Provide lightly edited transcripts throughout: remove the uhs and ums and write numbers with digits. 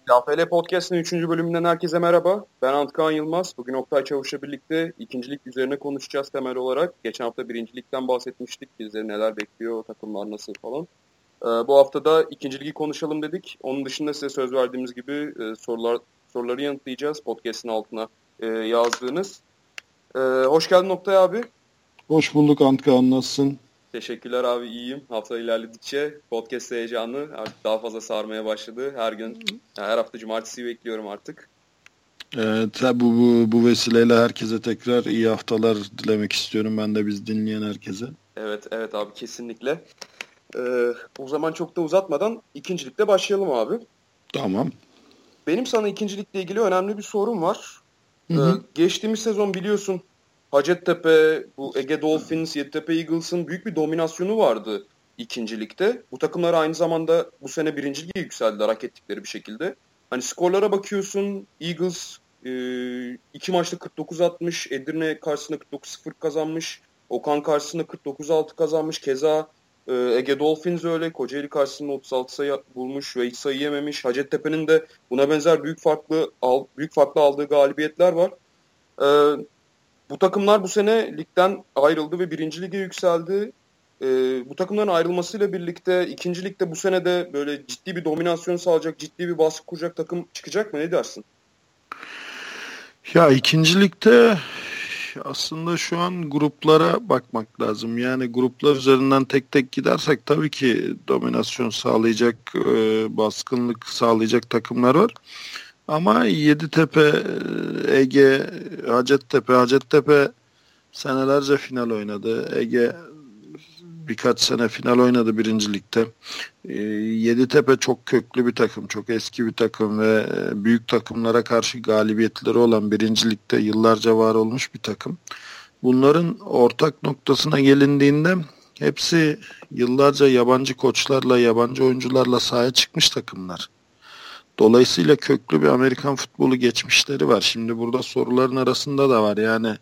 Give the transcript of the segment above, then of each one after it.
KFL Podcast'ın 3. bölümünden herkese merhaba. Ben Antkan Yılmaz. Bugün Oktay Çavuş'la birlikte ikincilik üzerine konuşacağız temel olarak. Geçen hafta birincilikten bahsetmiştik. Bizleri neler bekliyor, takımlar nasıl falan. Bu hafta da ikinciliği konuşalım dedik. Onun dışında size söz verdiğimiz gibi soruları yanıtlayacağız podcast'ın altına yazdığınız. Hoş geldin Oktay abi. Hoş bulduk Antkan, nasılsın? Teşekkürler abi, iyiyim. Hafta ilerledikçe podcast heyecanı artık daha fazla sarmaya başladı. Her hafta cumartesi bekliyorum artık. Evet, bu vesileyle herkese tekrar iyi haftalar dilemek istiyorum. Ben de biz dinleyen herkese. Evet abi, kesinlikle. O zaman çok da uzatmadan ikincilikle başlayalım abi. Tamam. Benim sana ikincilikle ilgili önemli bir sorum var. Hı. Geçtiğimiz sezon biliyorsun Hacettepe, bu Ege Dolphins, Yeditepe Eagles'ın büyük bir dominasyonu vardı ikincilikte. Bu takımlar aynı zamanda bu sene birinci lige yükseldiler hak ettikleri bir şekilde. Hani skorlara bakıyorsun, Eagles 2 maçta 49-60, Edirne karşısında 49-0 kazanmış. Okan karşısında 49-6 kazanmış. Keza Ege Dolphins öyle. Kocaeli karşısında 36 sayı bulmuş ve hiç sayı yememiş. Hacettepe'nin de buna benzer büyük farklı aldığı galibiyetler var. Bu takımlar bu sene ligden ayrıldı ve birinci lige yükseldi. Bu takımların ayrılmasıyla birlikte ikinci ligde bu sene de böyle ciddi bir dominasyon sağlayacak, ciddi bir baskı kuracak takım çıkacak mı? Ne dersin? Ya ikincilikte aslında şu an gruplara bakmak lazım. Yani gruplar üzerinden tek tek gidersek tabii ki dominasyon sağlayacak, baskınlık sağlayacak takımlar var. Ama Yeditepe, Ege, Hacettepe senelerce final oynadı. Ege birkaç sene final oynadı birincilikte. Yeditepe çok köklü bir takım, çok eski bir takım ve büyük takımlara karşı galibiyetleri olan birincilikte yıllarca var olmuş bir takım. Bunların ortak noktasına gelindiğinde hepsi yıllarca yabancı koçlarla, yabancı oyuncularla sahaya çıkmış takımlar. Dolayısıyla köklü bir Amerikan futbolu geçmişleri var. Şimdi burada soruların arasında da var. Yani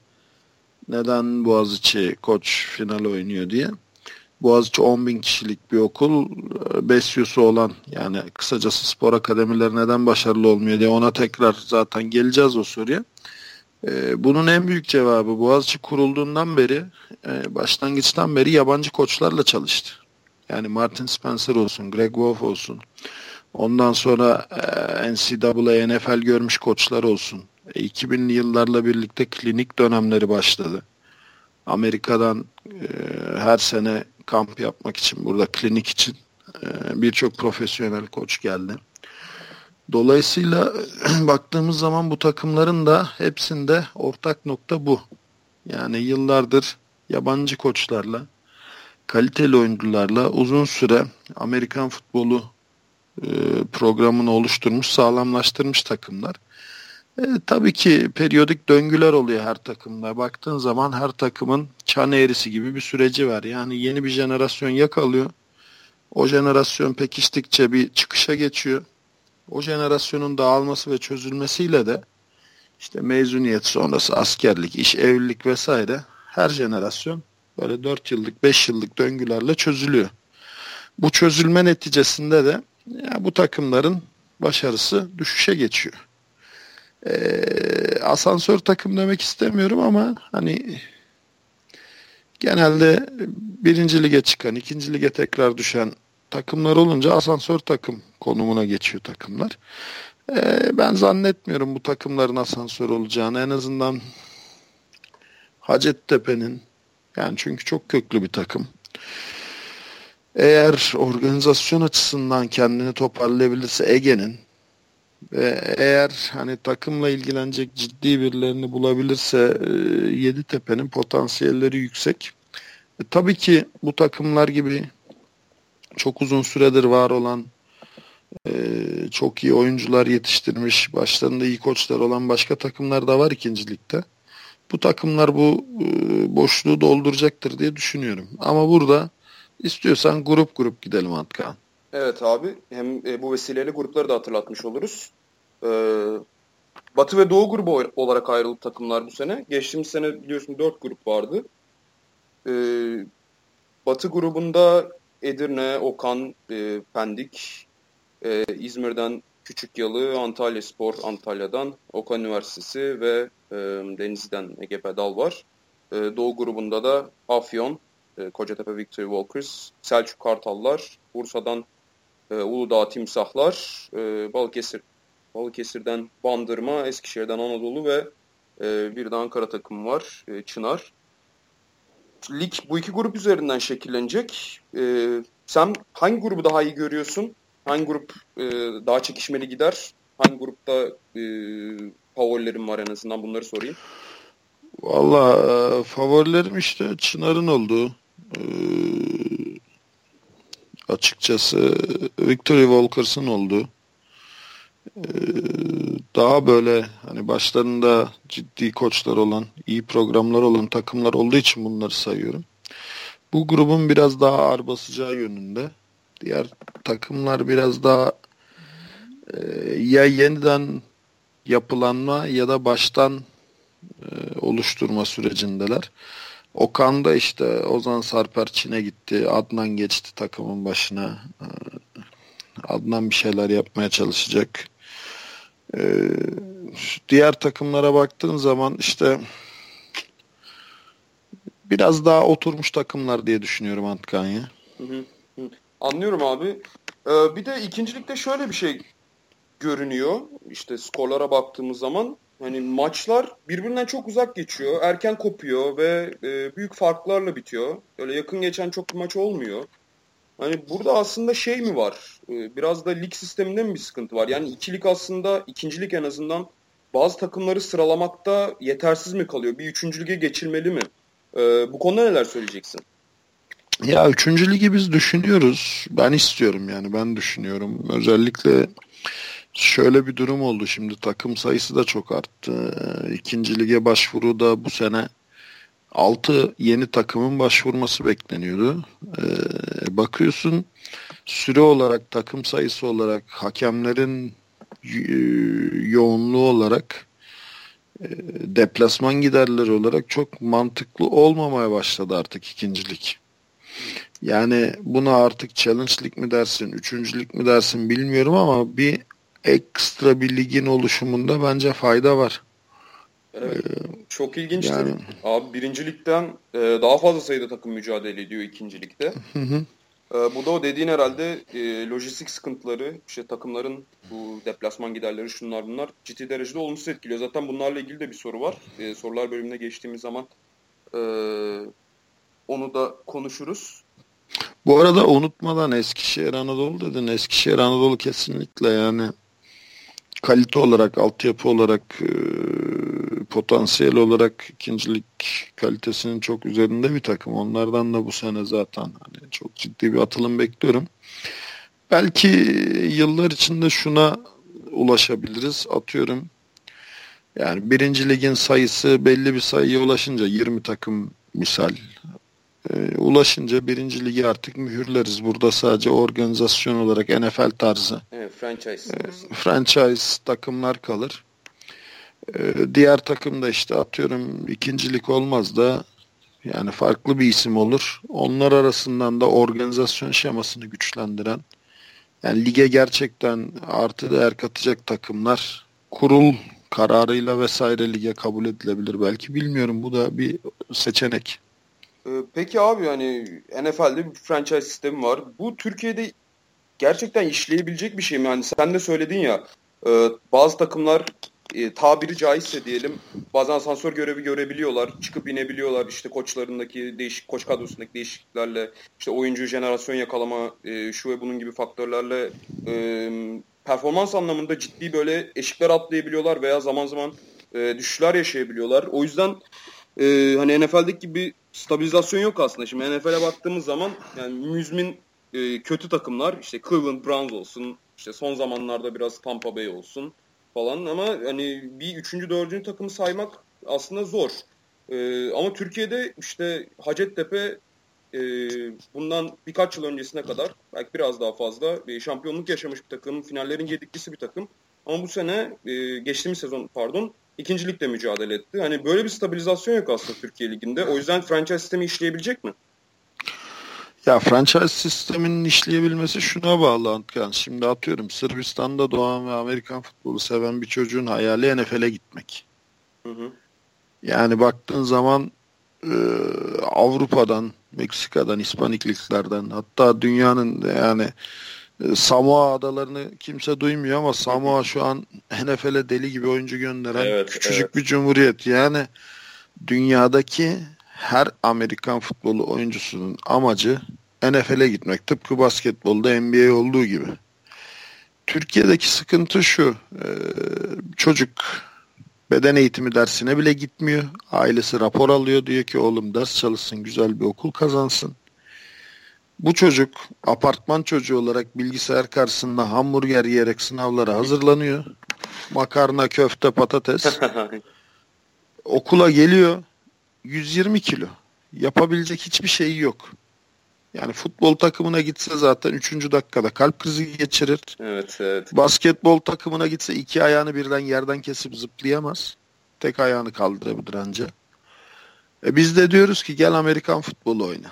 neden Boğaziçi koç final oynuyor diye. Boğaziçi 10 bin kişilik bir okul, besyosu olan, yani kısacası spor akademileri neden başarılı olmuyor diye ona tekrar zaten geleceğiz o soruya. Bunun en büyük cevabı Boğaziçi kurulduğundan beri, başlangıçtan beri yabancı koçlarla çalıştı. Yani Martin Spencer olsun, Greg Wolf olsun, ondan sonra NCAA, NFL görmüş koçlar olsun. 2000'li yıllarla birlikte klinik dönemleri başladı. Amerika'dan her sene kamp yapmak için, burada klinik için birçok profesyonel koç geldi. Dolayısıyla baktığımız zaman bu takımların da hepsinde ortak nokta bu. Yani yıllardır yabancı koçlarla, kaliteli oyuncularla uzun süre Amerikan futbolu programını oluşturmuş, sağlamlaştırmış takımlar. Tabii ki periyodik döngüler oluyor her takımda. Baktığın zaman her takımın çan eğrisi gibi bir süreci var. Yani yeni bir jenerasyon yakalıyor. O jenerasyon pekiştikçe bir çıkışa geçiyor. O jenerasyonun dağılması ve çözülmesiyle de işte mezuniyet sonrası askerlik, iş, evlilik vesaire her jenerasyon böyle 4 yıllık, 5 yıllık döngülerle çözülüyor. Bu çözülme neticesinde de bu takımların başarısı düşüşe geçiyor. Asansör takım demek istemiyorum ama hani genelde birinci lige çıkan, ikinci lige tekrar düşen takımlar olunca asansör takım konumuna geçiyor takımlar. Ben zannetmiyorum bu takımların asansör olacağını. En azından Hacettepe'nin, yani çünkü çok köklü bir takım. Eğer organizasyon açısından kendini toparlayabilirse Ege'nin ve eğer hani takımla ilgilenecek ciddi birilerini bulabilirse Yeditepe'nin potansiyelleri yüksek. Tabii ki bu takımlar gibi çok uzun süredir var olan, çok iyi oyuncular yetiştirmiş, başlarında iyi koçlar olan başka takımlar da var ikincilikte. Bu takımlar bu boşluğu dolduracaktır diye düşünüyorum. Ama burada istiyorsan grup grup gidelim Antkan. Evet abi, hem bu vesileyle grupları da hatırlatmış oluruz. Batı ve Doğu grubu olarak ayrıldı takımlar bu sene. Geçtiğimiz sene biliyorsun 4 grup vardı. Batı grubunda Edirne, Okan, Pendik, İzmir'den Küçükyalı, Antalyaspor Antalya'dan, Okan Üniversitesi ve Denizli'den Ege Pedal var. Doğu grubunda da Afyon, Kocatepe Victory Walkers, Selçuk Kartallar, Bursa'dan Uludağ Timsahlar, Balıkesir'den Bandırma, Eskişehir'den Anadolu ve bir de Ankara takımı var, Çınar. Lig bu iki grup üzerinden şekillenecek. Sen hangi grubu daha iyi görüyorsun? Hangi grup daha çekişmeli gider? Hangi grupta favorilerim var, en azından bunları sorayım. Valla favorilerim işte Çınar'ın olduğu. Açıkçası Victory Walkers'ın olduğu. Daha böyle hani başlarında ciddi koçlar olan, iyi programlar olan takımlar olduğu için bunları sayıyorum. Bu grubun biraz daha ağır basacağı yönünde. Diğer takımlar biraz daha ya yeniden yapılanma ya da baştan oluşturma sürecindeler. Okan da işte Ozan Sarper Çin'e gitti. Adnan geçti takımın başına. Adnan bir şeyler yapmaya çalışacak. Diğer takımlara baktığın zaman işte biraz daha oturmuş takımlar diye düşünüyorum Antkanya. Anlıyorum abi. Bir de ikincilikte şöyle bir şey görünüyor. İşte skorlara baktığımız zaman hani maçlar birbirinden çok uzak geçiyor. Erken kopuyor ve büyük farklarla bitiyor. Öyle yakın geçen çok bir maç olmuyor. Hani burada aslında şey mi var? Biraz da lig sisteminde mi bir sıkıntı var? Yani ikilik aslında, ikincilik en azından bazı takımları sıralamakta yetersiz mi kalıyor? Bir üçüncü lige geçilmeli mi? Bu konuda neler söyleyeceksin? Ya 3. ligi biz düşünüyoruz. Ben istiyorum yani ben düşünüyorum. Özellikle şöyle bir durum oldu şimdi takım sayısı da çok arttı. 2. lige başvuru da bu sene 6 yeni takımın başvurması bekleniyordu. Bakıyorsun süre olarak, takım sayısı olarak, hakemlerin yoğunluğu olarak, deplasman giderleri olarak çok mantıklı olmamaya başladı artık ikincilik. Yani buna artık Challenge Lig mi dersin, üçüncülük mi dersin bilmiyorum ama bir ekstra bir ligin oluşumunda bence fayda var. Evet. Çok ilginçtir. Yani Abi birincilikten daha fazla sayıda takım mücadele ediyor ikincilikte. Bu da o dediğin herhalde lojistik sıkıntıları, işte takımların bu deplasman giderleri, şunlar bunlar ciddi derecede olumsuz etkiliyor. Zaten bunlarla ilgili de bir soru var. Sorular bölümüne geçtiğimiz zaman e, onu da konuşuruz. bu arada unutmadan Eskişehir Anadolu dedin. Eskişehir Anadolu kesinlikle yani kalite olarak, altyapı olarak, potansiyel olarak ikincilik kalitesinin çok üzerinde bir takım. Onlardan da bu sene zaten hani çok ciddi bir atılım bekliyorum. Belki yıllar içinde şuna ulaşabiliriz. Atıyorum yani birinci ligin sayısı belli bir sayıya ulaşınca 20 takım misal ulaşınca birinci ligi artık mühürleriz. Burada sadece organizasyon olarak NFL tarzı Evet, franchise takımlar kalır. Diğer takım da işte atıyorum ikincilik olmaz da yani farklı bir isim olur. Onlar arasından da organizasyon şemasını güçlendiren yani lige gerçekten artı değer katacak takımlar kurul kararıyla vesaire lige kabul edilebilir belki. Bilmiyorum bu da bir seçenek. Peki abi hani NFL'de bir franchise sistemi var. Bu Türkiye'de gerçekten işleyebilecek bir şey mi? Yani sen de söyledin ya bazı takımlar tabiri caizse diyelim bazen asansör görevi görebiliyorlar. Çıkıp inebiliyorlar işte koçlarındaki değişik koç kadrosundaki değişikliklerle işte oyuncu jenerasyon yakalama şu ve bunun gibi faktörlerle performans anlamında ciddi böyle eşikler atlayabiliyorlar veya zaman zaman düşüşler yaşayabiliyorlar. O yüzden hani NFL'deki gibi stabilizasyon yok aslında. Şimdi NFL'e baktığımız zaman yani müzmin kötü takımlar işte Cleveland Browns olsun, işte son zamanlarda biraz Tampa Bay olsun falan ama hani bir üçüncü, dördüncü takımı saymak aslında zor. Ama Türkiye'de işte Hacettepe bundan birkaç yıl öncesine kadar belki biraz daha fazla şampiyonluk yaşamış bir takım, finallerin gediklisi bir takım. Ama bu sene geçtiğimiz sezon ikinci ligde mücadele etti. Hani böyle bir stabilizasyon yok aslında Türkiye Ligi'nde. O yüzden franchise sistemi işleyebilecek mi? Ya franchise sisteminin işleyebilmesi şuna bağlı Antkan. Şimdi atıyorum Sırbistan'da doğan ve Amerikan futbolu seven bir çocuğun hayali NFL'e gitmek. Hı hı. Yani baktığın zaman e, Avrupa'dan, Meksika'dan, Hispanik liglerden hatta dünyanın yani Samoa adalarını kimse duymuyor ama Samoa şu an NFL'e deli gibi oyuncu gönderen Evet, küçücük evet. bir cumhuriyet. Yani dünyadaki her Amerikan futbolu oyuncusunun amacı NFL'e gitmek. Tıpkı basketbolda NBA olduğu gibi. Türkiye'deki sıkıntı şu. Çocuk beden eğitimi dersine bile gitmiyor. Ailesi rapor alıyor. Diyor ki oğlum ders çalışsın, güzel bir okul kazansın. Bu çocuk apartman çocuğu olarak bilgisayar karşısında hamburger yiyerek sınavlara hazırlanıyor. Makarna, köfte, patates. Okula geliyor 120 kilo. Yapabilecek hiçbir şeyi yok. Yani futbol takımına gitse zaten 3. dakikada kalp krizi geçirir. Evet, evet. Basketbol takımına gitse 2 ayağını birden yerden kesip zıplayamaz. Tek ayağını kaldırabilir anca. Biz de diyoruz ki gel Amerikan futbolu oyna.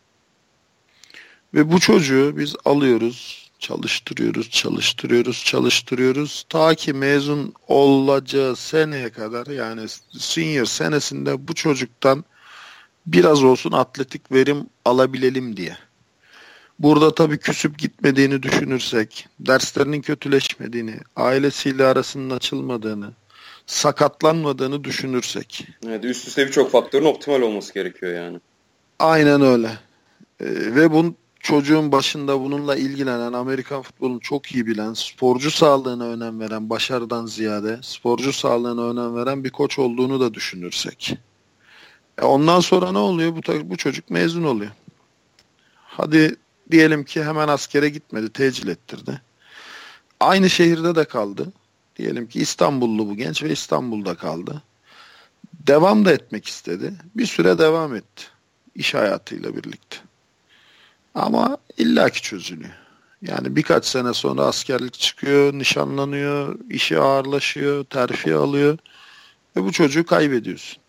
Ve bu çocuğu biz alıyoruz, çalıştırıyoruz. Ta ki mezun olacağı seneye kadar yani senior senesinde bu çocuktan biraz olsun atletik verim alabilelim diye. Burada tabii küsüp gitmediğini düşünürsek, derslerinin kötüleşmediğini, ailesiyle arasının açılmadığını, sakatlanmadığını düşünürsek. Evet, üst üste birçok faktörün optimal olması gerekiyor yani. Aynen öyle. Ve bu çocuğun başında bununla ilgilenen, Amerikan futbolunu çok iyi bilen, sporcu sağlığına önem veren, başarıdan ziyade sporcu sağlığına önem veren bir koç olduğunu da düşünürsek. Ondan sonra ne oluyor? Bu çocuk mezun oluyor. Hadi diyelim ki hemen askere gitmedi, tecil ettirdi. Aynı şehirde de kaldı. Diyelim ki İstanbullu bu genç ve İstanbul'da kaldı. Devam da etmek istedi. Bir süre devam etti. İş hayatıyla birlikte. Ama illaki çözülüyor. Yani birkaç sene sonra askerlik çıkıyor, nişanlanıyor, işi ağırlaşıyor, terfi alıyor ve bu çocuğu kaybediyorsun.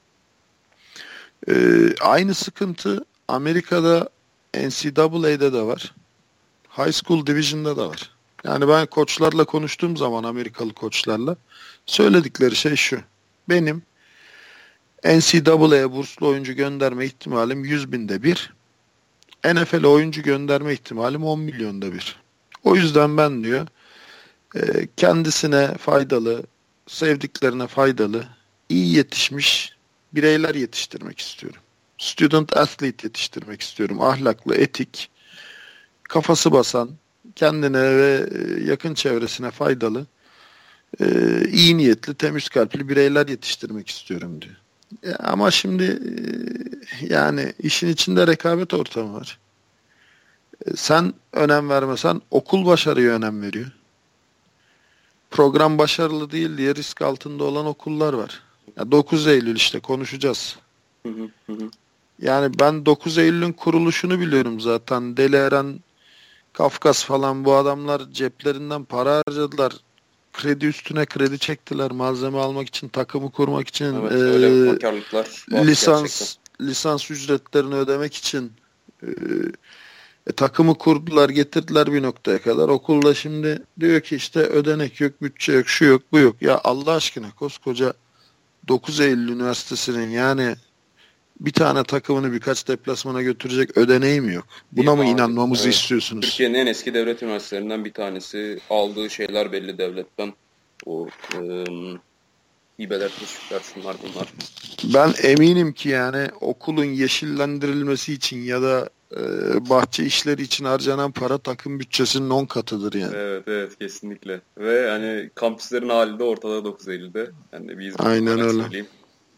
Aynı sıkıntı Amerika'da NCAA'de de var. High School Division'da da var. Yani ben koçlarla konuştuğum zaman Amerikalı koçlarla söyledikleri şey şu. Benim NCAA'ye burslu oyuncu gönderme ihtimalim 100 binde bir. NFL'e oyuncu gönderme ihtimalim 10 milyonda bir. O yüzden ben diyor kendisine faydalı, sevdiklerine faydalı, iyi yetişmiş bireyler yetiştirmek istiyorum. Student athlete yetiştirmek istiyorum. Ahlaklı, etik, kafası basan, kendine ve yakın çevresine faydalı, iyi niyetli, temiz kalpli bireyler yetiştirmek istiyorum diyor. Ama şimdi yani işin içinde rekabet ortamı var. Sen önem vermesen okul başarıya önem veriyor. Program başarılı değil diye risk altında olan okullar var. Ya 9 Eylül işte konuşacağız. Hı hı, hı. Yani ben 9 Eylül'ün kuruluşunu biliyorum zaten. Deli Eren, Kafkas falan bu adamlar ceplerinden para harcadılar. Kredi üstüne kredi çektiler malzeme almak için, takımı kurmak için, Evet, öyle fedakarlıklar var gerçekten. lisans ücretlerini ödemek için takımı kurdular, getirdiler bir noktaya kadar. Okulda şimdi diyor ki işte ödenek yok, bütçe yok, şu yok, bu yok. Ya Allah aşkına koskoca 9 Eylül Üniversitesi'nin yani bir tane takımını birkaç deplasmana götürecek ödeneği mi yok? Değil Buna mi mı abi? inanmamızı Evet. istiyorsunuz? Türkiye'nin en eski devlet üniversitelerinden bir tanesi. Aldığı şeyler belli devletten. O hibeler, teşvikler, şunlar bunlar. Ben eminim ki yani okulun yeşillendirilmesi için ya da bahçe işleri için harcanan para takım bütçesinin 10 katıdır yani. Evet, evet, kesinlikle. Ve hani kampüslerin hali de ortada 9 Eylül'de. Yani bir hizmet Aynen olarak öyle. söyleyeyim.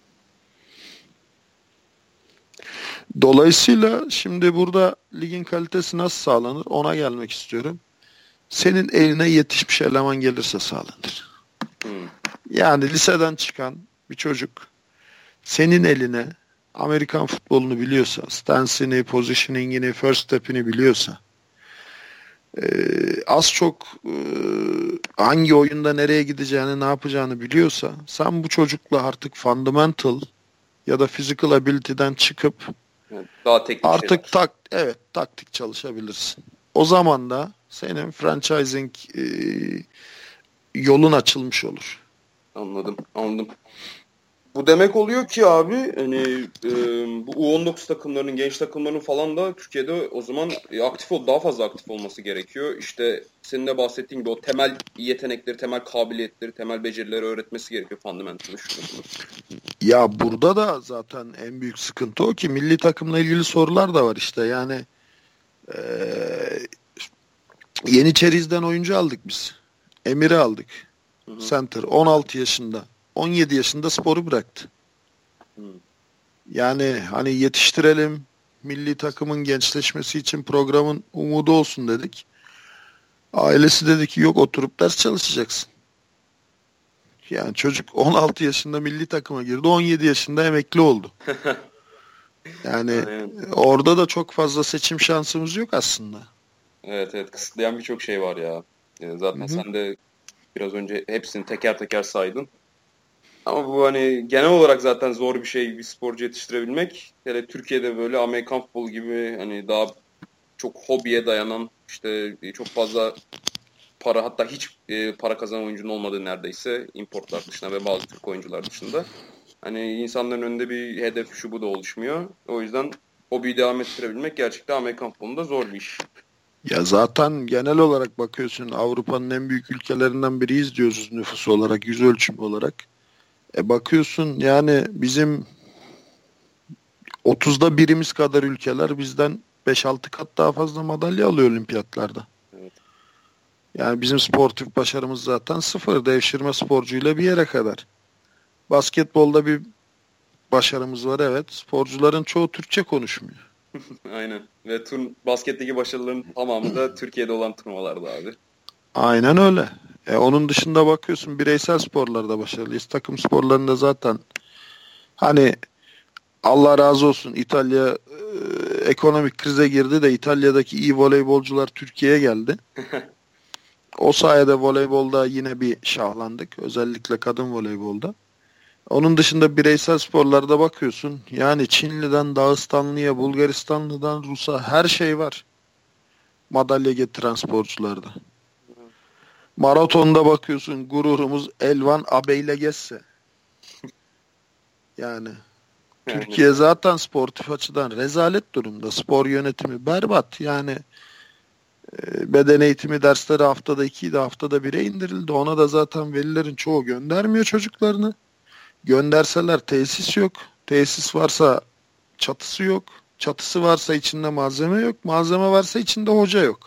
Dolayısıyla şimdi burada ligin kalitesi nasıl sağlanır ona gelmek istiyorum. Senin eline yetişmiş eleman gelirse sağlanır. Hmm. Yani liseden çıkan bir çocuk senin eline Amerikan futbolunu biliyorsa, stance'ini, positioning'ini, first step'ini biliyorsa, az çok hangi oyunda nereye gideceğini, ne yapacağını biliyorsa, sen bu çocukla artık fundamental ya da physical ability'den çıkıp Evet, daha teknik Artık şeyler. evet, taktik çalışabilirsin. O zaman da senin franchising yolun açılmış olur. Anladım, anladım. Bu demek oluyor ki abi hani bu U19 takımlarının, genç takımların falan da Türkiye'de o zaman daha fazla aktif olması gerekiyor. İşte senin de bahsettiğin gibi o temel yetenekleri, temel kabiliyetleri, temel becerileri öğretmesi gerekiyor fundamental'ı şunu bunu. Ya burada da zaten en büyük sıkıntı o ki milli takımla ilgili sorular da var işte. Yani eee Yeniçeriz'den oyuncu aldık biz. Emir'i aldık. Hı hı. Center 16 yaşında. 17 yaşında sporu bıraktı. Hı. Yani hani yetiştirelim, milli takımın gençleşmesi için programın umudu olsun dedik. Ailesi dedi ki yok, oturup ders çalışacaksın. Yani çocuk 16 yaşında milli takıma girdi, 17 yaşında emekli oldu. Yani Aynen. orada da çok fazla seçim şansımız yok aslında. Evet, evet, kısıtlayan birçok şey var ya. Hı Zaten hı. sen de biraz önce hepsini teker teker saydın. Ama bu hani genel olarak zaten zor bir şey bir sporcu yetiştirebilmek. Hele Türkiye'de böyle Amerikan futbolu gibi hani daha çok hobiye dayanan işte çok fazla para hatta hiç para kazanan oyuncunun olmadığı neredeyse importlar dışında ve bazı Türk oyuncular dışında. Hani insanların önünde bir hedef şu bu da oluşmuyor. O yüzden hobiyi devam ettirebilmek gerçekten Amerikan futbolunda zor bir iş. Ya zaten genel olarak bakıyorsun, Avrupa'nın en büyük ülkelerinden biriyiz diyoruz nüfus olarak, yüz ölçümü olarak. Bakıyorsun yani bizim 30'da birimiz kadar ülkeler bizden 5-6 kat daha fazla madalya alıyor olimpiyatlarda. Evet. Yani bizim sportif başarımız zaten sıfır. Devşirme sporcuyla bir yere kadar. Basketbolda bir başarımız var, evet. Sporcuların çoğu Türkçe konuşmuyor. Aynen. Ve basketteki başarıların tamamı da Türkiye'de olan turnuvalarda abi. Aynen öyle. Onun dışında bakıyorsun bireysel sporlarda başarılıyız. Takım sporlarında zaten hani Allah razı olsun İtalya ekonomik krize girdi de İtalya'daki iyi voleybolcular Türkiye'ye geldi. O sayede voleybolda yine bir şahlandık. Özellikle kadın voleybolda. Onun dışında bireysel sporlarda bakıyorsun. Yani Çinli'den Dağıstanlı'ya, Bulgaristanlı'dan Rus'a her şey var. Madalya getiren sporcularda. Maratonda bakıyorsun gururumuz Elvan Abeyle. Yani Yani Türkiye zaten sportif açıdan rezalet durumda. Spor yönetimi berbat. Yani beden eğitimi dersleri haftada 2'ydi, haftada 1'e indirildi. Ona da zaten velilerin çoğu göndermiyor çocuklarını. Gönderseler tesis yok. Tesis varsa çatısı yok. Çatısı varsa içinde malzeme yok. Malzeme varsa içinde hoca yok.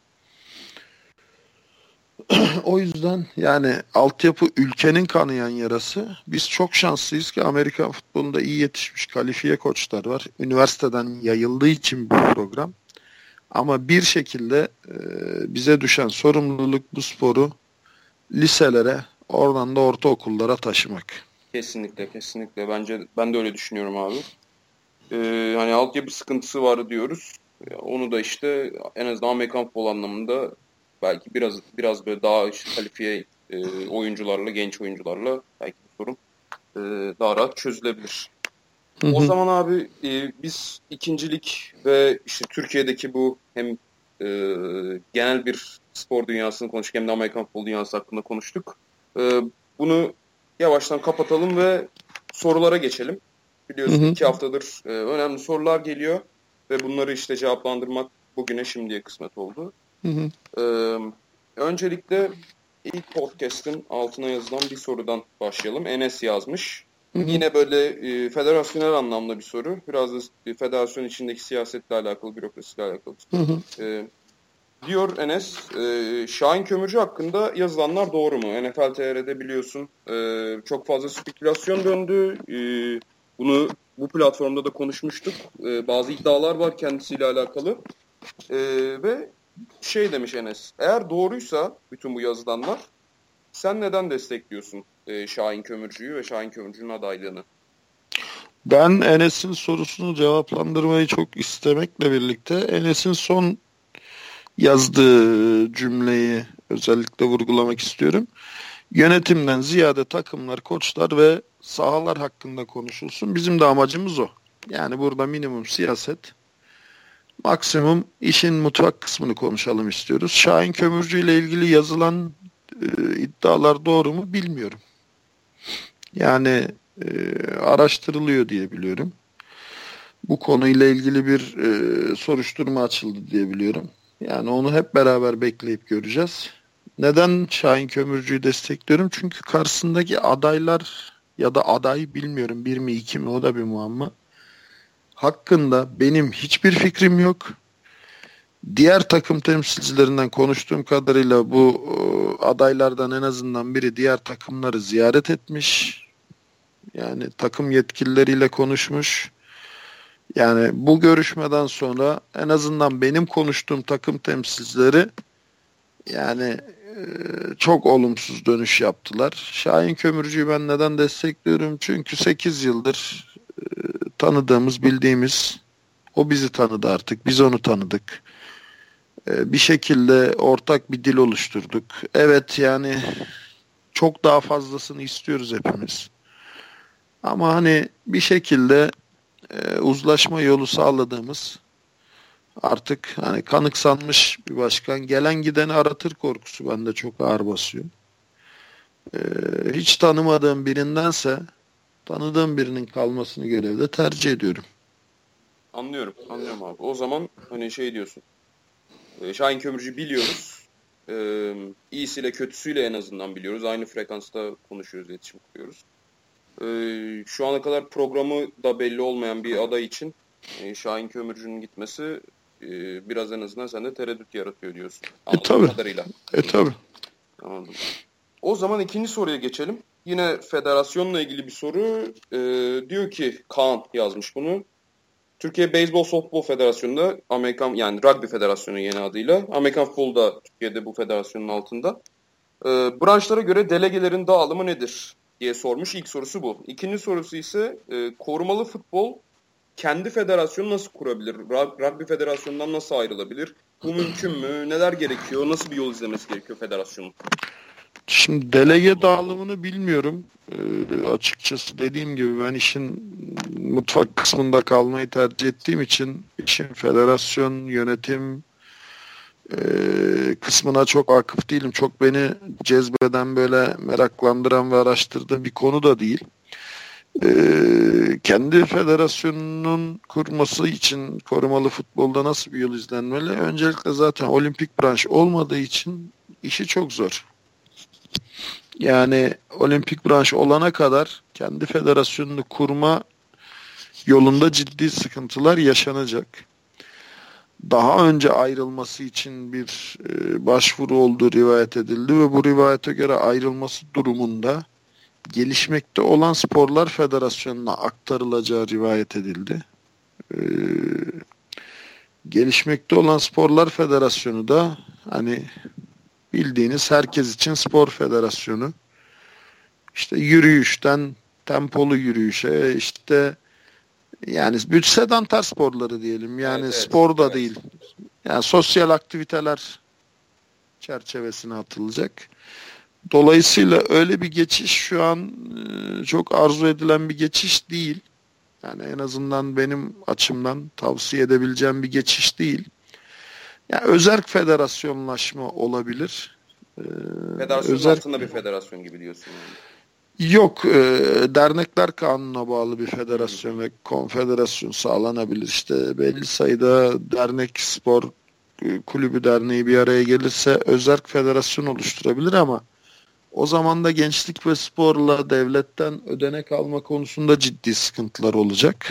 O yüzden yani altyapı ülkenin kanayan yarası. Biz çok şanslıyız ki Amerikan futbolunda iyi yetişmiş kalifiye koçlar var. Üniversiteden yayıldığı için bu program. Ama bir şekilde bize düşen sorumluluk bu sporu liselere, oradan da ortaokullara taşımak. kesinlikle, kesinlikle. Bence ben de öyle düşünüyorum abi. Hani altyapı sıkıntısı var diyoruz. Onu da işte en azından Amerikan futbol anlamında belki biraz böyle daha işte kalifiye oyuncularla, genç oyuncularla belki bu sorun daha rahat çözülebilir. Hı O hı, zaman abi biz ikincilik ve işte Türkiye'deki bu hem e, genel bir spor dünyasını konuştuk hem de Amerikan futbol dünyası hakkında konuştuk. Bunu yavaştan kapatalım ve sorulara geçelim. hı Biliyorsun hı, 2 haftadır önemli sorular geliyor ve bunları işte cevaplandırmak bugüne şimdiye kısmet oldu. hı hı, E, Öncelikle ilk podcast'in altına yazılan bir sorudan başlayalım. Enes yazmış. hı hı, Yine böyle federasyonel anlamda bir soru. Biraz da federasyon içindeki siyasetle alakalı, bürokrasiyle alakalı bir hı soru. hı. Diyor Enes, Şahin Kömürcü hakkında yazılanlar doğru mu? NFL TR'de biliyorsun çok fazla spekülasyon döndü. Bu platformda da konuşmuştuk. Bazı iddialar var kendisiyle alakalı. Ve şey demiş Enes, eğer doğruysa bütün bu yazılanlar, sen neden destekliyorsun Şahin Kömürcü'yü ve Şahin Kömürcü'nün adaylığını? Ben Enes'in sorusunu cevaplandırmayı çok istemekle birlikte Enes'in son yazdığı cümleyi özellikle vurgulamak istiyorum. Yönetimden ziyade takımlar, koçlar ve sahalar hakkında konuşulsun. Bizim de amacımız o. Yani burada minimum siyaset, maksimum işin mutfak kısmını konuşalım istiyoruz. Şahin Kömürcü ile ilgili yazılan iddialar doğru mu bilmiyorum. Yani araştırılıyor diye biliyorum. Bu konuyla ilgili bir soruşturma açıldı diye biliyorum. Yani onu hep beraber bekleyip göreceğiz. Neden Şahin Kömürcü'yü destekliyorum? Çünkü karşısındaki adaylar ya da aday bilmiyorum, bir mi iki mi, o da bir muamma. Hakkında benim hiçbir fikrim yok. Diğer takım temsilcilerinden konuştuğum kadarıyla bu adaylardan en azından biri diğer takımları ziyaret etmiş. Yani takım yetkilileriyle konuşmuş. Yani bu görüşmeden sonra en azından benim konuştuğum takım temsilcileri yani çok olumsuz dönüş yaptılar. Şahin Kömürcü'yü ben neden destekliyorum? Çünkü 8 yıldır tanıdığımız, bildiğimiz, o bizi tanıdı artık, biz onu tanıdık. Bir şekilde ortak bir dil oluşturduk. Evet, yani çok daha fazlasını istiyoruz hepimiz. Ama hani bir şekilde uzlaşma yolu sağladığımız, artık hani kanıksanmış bir başkan, gelen gideni aratır korkusu bende çok ağır basıyor. Ee, Hiç tanımadığım birindense tanıdığım birinin kalmasını görevde tercih ediyorum. Anlıyorum abi. O zaman hani şey diyorsun. Şahin Kömürcü'yü biliyoruz. İyisiyle kötüsüyle en azından biliyoruz. Aynı frekansta konuşuyoruz, iletişim kuruyoruz. Şu ana kadar programı da belli olmayan bir aday için Şahin Kömürcü'nün gitmesi biraz en azından sende tereddüt yaratıyor diyorsun. Anladığım kadarıyla. Tabii. Anladım. O zaman ikinci soruya geçelim. Yine federasyonla ilgili bir soru. Diyor ki Kaan yazmış bunu. Türkiye Beyzbol Softbol Federasyonu'nda Amerikan, yani Rugby Federasyonu yeni adıyla. Amerikan Futbolu da Türkiye'de bu federasyonun altında. Branşlara göre delegelerin dağılımı nedir diye sormuş. İlk sorusu bu. İkinci sorusu ise korumalı futbol kendi federasyonu nasıl kurabilir? Rugby Federasyonu'ndan nasıl ayrılabilir? Bu mümkün mü? Neler gerekiyor? Nasıl bir yol izlemesi gerekiyor federasyonun? Şimdi delege dağılımını bilmiyorum. Açıkçası dediğim gibi ben işin mutfak kısmında kalmayı tercih ettiğim için işin federasyon, yönetim kısmına çok vakıf değilim. Çok beni cezbeden, böyle meraklandıran ve araştırdığım bir konu da değil. Kendi federasyonunun kurması için korumalı futbolda nasıl bir yol izlenmeli? Öncelikle zaten olimpik branş olmadığı için işi çok zor. Yani olimpik branş olana kadar kendi federasyonunu kurma yolunda ciddi sıkıntılar yaşanacak. Daha önce ayrılması için bir başvuru olduğu rivayet edildi ve bu rivayete göre ayrılması durumunda gelişmekte olan sporlar federasyonuna aktarılacağı rivayet edildi. Gelişmekte olan sporlar federasyonu da hani bildiğiniz herkes için spor federasyonu. İşte yürüyüşten tempolu yürüyüşe, işte yani sedanter sporları diyelim. Yani Evet, spor da evet. değil. Yani sosyal aktiviteler çerçevesine atılacak. Dolayısıyla öyle bir geçiş şu an çok arzu edilen bir geçiş değil. Yani en azından benim açımdan tavsiye edebileceğim bir geçiş değil. Yani özerk federasyonlaşma olabilir. Federasyonun altında bir federasyon gibi diyorsun yani. Yok, dernekler kanununa bağlı bir federasyon ve konfederasyon sağlanabilir. İşte belli sayıda dernek, spor kulübü, derneği bir araya gelirse özerk federasyon oluşturabilir ama o zaman da gençlik ve sporla devletten ödenek alma konusunda ciddi sıkıntılar olacak.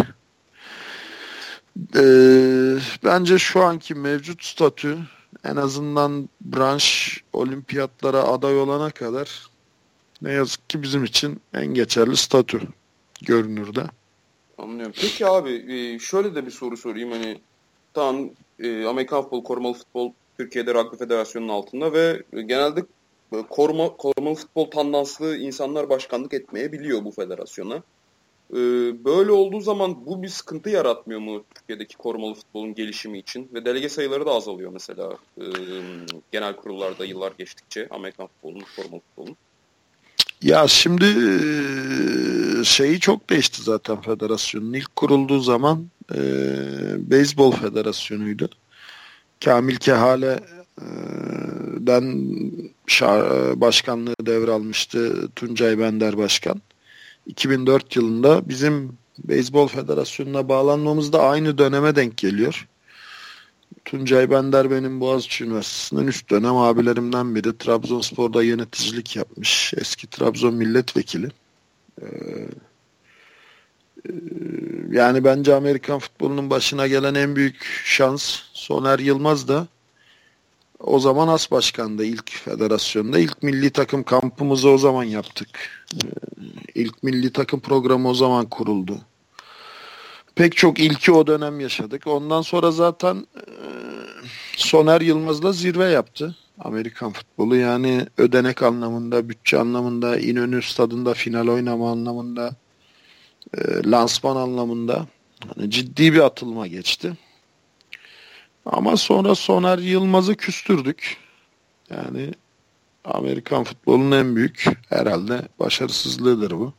Bence şu anki mevcut statü, en azından branş olimpiyatlara aday olana kadar, ne yazık ki bizim için en geçerli statü görünürde. Anlıyorum. Peki abi şöyle de bir soru sorayım. Hani tamam, Amerikan futbolu, korumalı futbol Türkiye'de Rugby Federasyonu'nun altında ve genelde korumalı futbol tandanslı insanlar başkanlık etmeyebiliyor bu federasyona. Böyle olduğu zaman bu bir sıkıntı yaratmıyor mu Türkiye'deki korumalı futbolun gelişimi için? Ve delege sayıları da azalıyor mesela genel kurullarda yıllar geçtikçe Amerikan futbolunun, korumalı futbolun. Ya şimdi şeyi çok değişti zaten federasyonun. İlk kurulduğu zaman Beyzbol Federasyonu'ydu. Kamil Kehale'den başkanlığı devralmıştı Tuncay Bender Başkan. 2004 yılında bizim Beyzbol Federasyonu'na bağlanmamız da aynı döneme denk geliyor. Tuncay Bender benim Boğaziçi Üniversitesi'nin üst dönem abilerimden biri. Trabzonspor'da yöneticilik yapmış. Eski Trabzon milletvekili. Yani bence Amerikan futbolunun başına gelen en büyük şans Soner Yılmaz da o zaman as başkandı ilk federasyonda. İlk milli takım kampımızı o zaman yaptık. İlk milli takım programı o zaman kuruldu. Pek çok ilki o dönem yaşadık. Ondan sonra zaten Soner Yılmaz'la zirve yaptı Amerikan futbolu. Yani ödenek anlamında, bütçe anlamında, İnönü Stadı'nda final oynama anlamında, lansman anlamında yani ciddi bir atılma geçti. Ama sonra Soner Yılmaz'ı küstürdük. Yani Amerikan futbolunun en büyük herhalde başarısızlığıdır bu.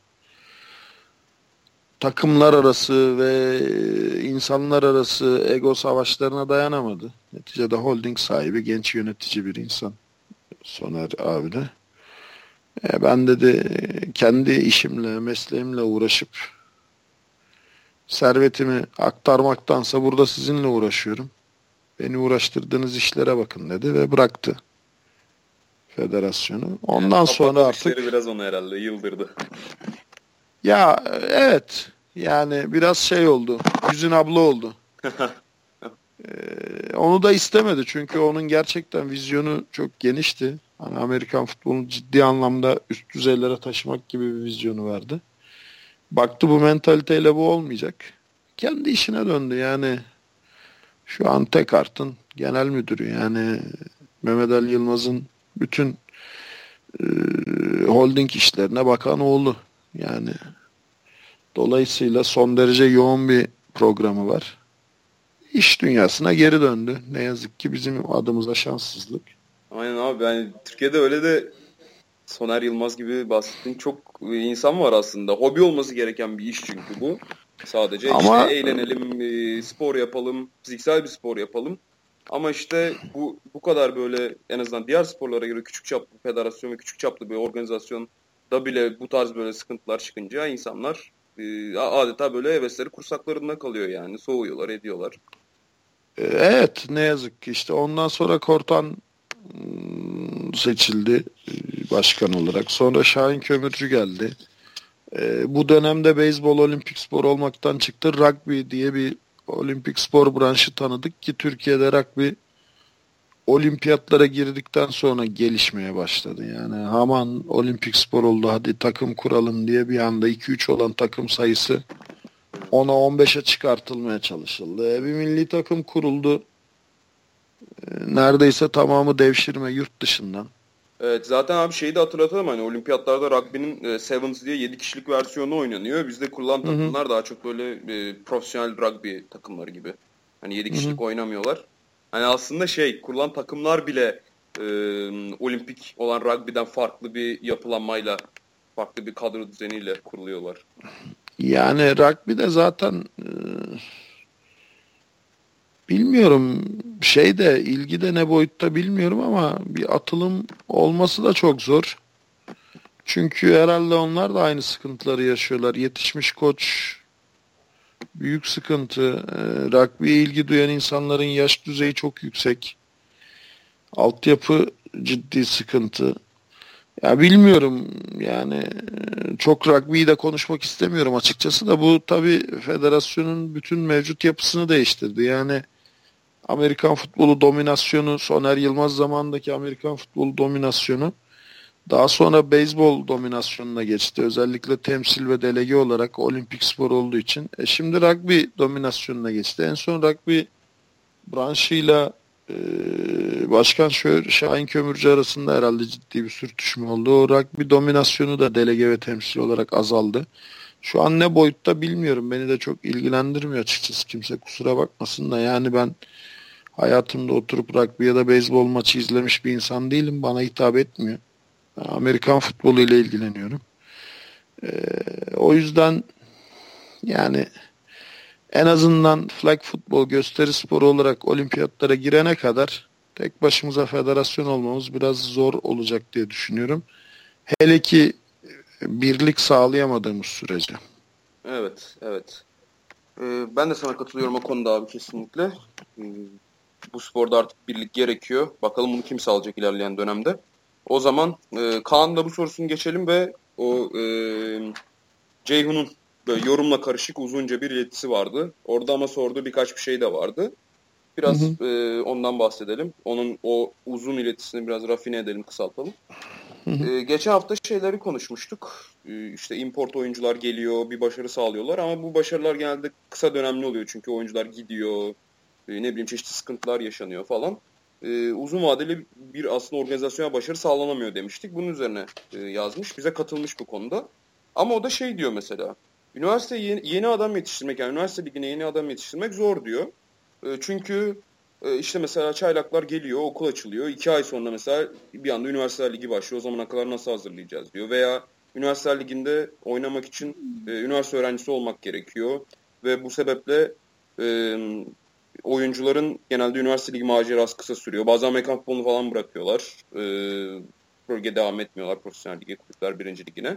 Takımlar arası ve insanlar arası ego savaşlarına dayanamadı. Neticede holding sahibi, genç yönetici bir insan Soner abi de. Ben dedi kendi işimle, mesleğimle uğraşıp servetimi aktarmaktansa burada sizinle uğraşıyorum. Beni uğraştırdığınız işlere bakın dedi ve bıraktı federasyonu. Ondan yani sonra artık biraz onu herhalde yıldırdı. Ya evet. Yani biraz şey oldu. Yüzün abla oldu. Onu da istemedi. Çünkü onun gerçekten vizyonu çok genişti. Hani Amerikan futbolunu ciddi anlamda üst düzeylere taşımak gibi bir vizyonu vardı. Baktı bu mentaliteyle bu olmayacak. Kendi işine döndü. Yani şu an Tekart'ın genel müdürü. Yani Mehmet Ali Yılmaz'ın bütün holding işlerine bakan oğlu. Yani dolayısıyla son derece yoğun bir programı var. İş dünyasına geri döndü. Ne yazık ki bizim adımıza şanssızlık. Aynen abi. Yani Türkiye'de öyle de Soner Yılmaz gibi bahsettiğin çok insan var aslında. Hobi olması gereken bir iş çünkü bu. Sadece ama, işte eğlenelim, spor yapalım, fiziksel bir spor yapalım. Ama işte bu kadar böyle en azından diğer sporlara göre küçük çaplı federasyon ve küçük çaplı bir organizasyonda bile bu tarz böyle sıkıntılar çıkınca insanlar adeta böyle hevesleri kursaklarında kalıyor yani. Soğuyorlar, ediyorlar. Evet, ne yazık ki işte ondan sonra Kortan seçildi başkan olarak. Sonra Şahin Kömürcü geldi. Bu dönemde beyzbol olimpik spor olmaktan çıktı. Rugby diye bir olimpik spor branşı tanıdık ki Türkiye'de rugby olimpiyatlara girdikten sonra gelişmeye başladı. Yani aman olimpik spor oldu hadi takım kuralım diye bir anda 2-3 olan takım sayısı 10'a 15'e çıkartılmaya çalışıldı. Bir milli takım kuruldu. Neredeyse tamamı devşirme yurt dışından. Evet zaten abi şeyi de hatırlatalım hani olimpiyatlarda rugby'nin Sevens diye 7 kişilik versiyonu oynanıyor. Bizde kurulan takımlar daha çok böyle profesyonel rugby takımları gibi. Hani 7 kişilik oynamıyorlar. Hani aslında kurulan takımlar bile olimpik olan rugby'den farklı bir yapılanmayla, farklı bir kadro düzeniyle kuruluyorlar. Yani rugby'de zaten bilmiyorum ilgi de ne boyutta bilmiyorum ama bir atılım olması da çok zor. Çünkü herhalde onlar da aynı sıkıntıları yaşıyorlar. Yetişmiş koç büyük sıkıntı. Rugby'ye ilgi duyan insanların yaş düzeyi çok yüksek. Altyapı ciddi sıkıntı. Ya bilmiyorum yani çok rugby'yi de konuşmak istemiyorum açıkçası da bu tabii federasyonun bütün mevcut yapısını değiştirdi. Yani Amerikan futbolu dominasyonu, Soner Yılmaz zamanındaki Amerikan futbolu dominasyonu daha sonra beyzbol dominasyonuna geçti. Özellikle temsil ve delege olarak olimpik spor olduğu için. Şimdi rugby dominasyonuna geçti. En son rugby branşıyla Başkan Şahin Kömürcü arasında herhalde ciddi bir sürtüşme oldu. O rugby dominasyonu da delege ve temsil olarak azaldı. Şu an ne boyutta bilmiyorum. Beni de çok ilgilendirmiyor açıkçası. Kimse kusura bakmasın da yani ben hayatımda oturup rugby ya da beyzbol maçı izlemiş bir insan değilim. Bana hitap etmiyor. Ben Amerikan futbolu ile ilgileniyorum. O yüzden yani en azından flag futbol gösteri sporu olarak olimpiyatlara girene kadar tek başımıza federasyon olmamız biraz zor olacak diye düşünüyorum. Hele ki birlik sağlayamadığımız sürece. Evet, evet. Ben de sana katılıyorum o konuda abi kesinlikle. Bu sporda artık birlik gerekiyor. Bakalım bunu kim sağlayacak ilerleyen dönemde. O zaman Kaan'la bu sorusunu geçelim ve o Ceyhun'un böyle yorumla karışık uzunca bir iletisi vardı. Orada ama sorduğu birkaç bir şey de vardı. Biraz ondan bahsedelim. Onun o uzun iletisini biraz rafine edelim, kısaltalım. Geçen hafta şeyleri konuşmuştuk. İşte import oyuncular geliyor, bir başarı sağlıyorlar ama bu başarılar genelde kısa dönemli oluyor. Çünkü oyuncular gidiyor, ne bileyim çeşitli sıkıntılar yaşanıyor falan. Uzun vadeli bir aslında organizasyona başarı sağlanamıyor demiştik. Bunun üzerine yazmış, bize katılmış bu konuda. Ama o da şey diyor mesela, üniversiteye yeni adam yetiştirmek, yani üniversite ligine yeni adam yetiştirmek zor diyor. Çünkü işte mesela çaylaklar geliyor, okul açılıyor. 2 ay sonra mesela bir anda üniversite ligi başlıyor. O zamana kadar nasıl hazırlayacağız diyor. Veya üniversite liginde oynamak için üniversite öğrencisi olmak gerekiyor. Ve bu sebeple oyuncuların genelde üniversite ligi macerası kısa sürüyor. Bazen Amerikan futbolunu falan bırakıyorlar. Bölge devam etmiyorlar profesyonel lige, kulüpler birinci ligine.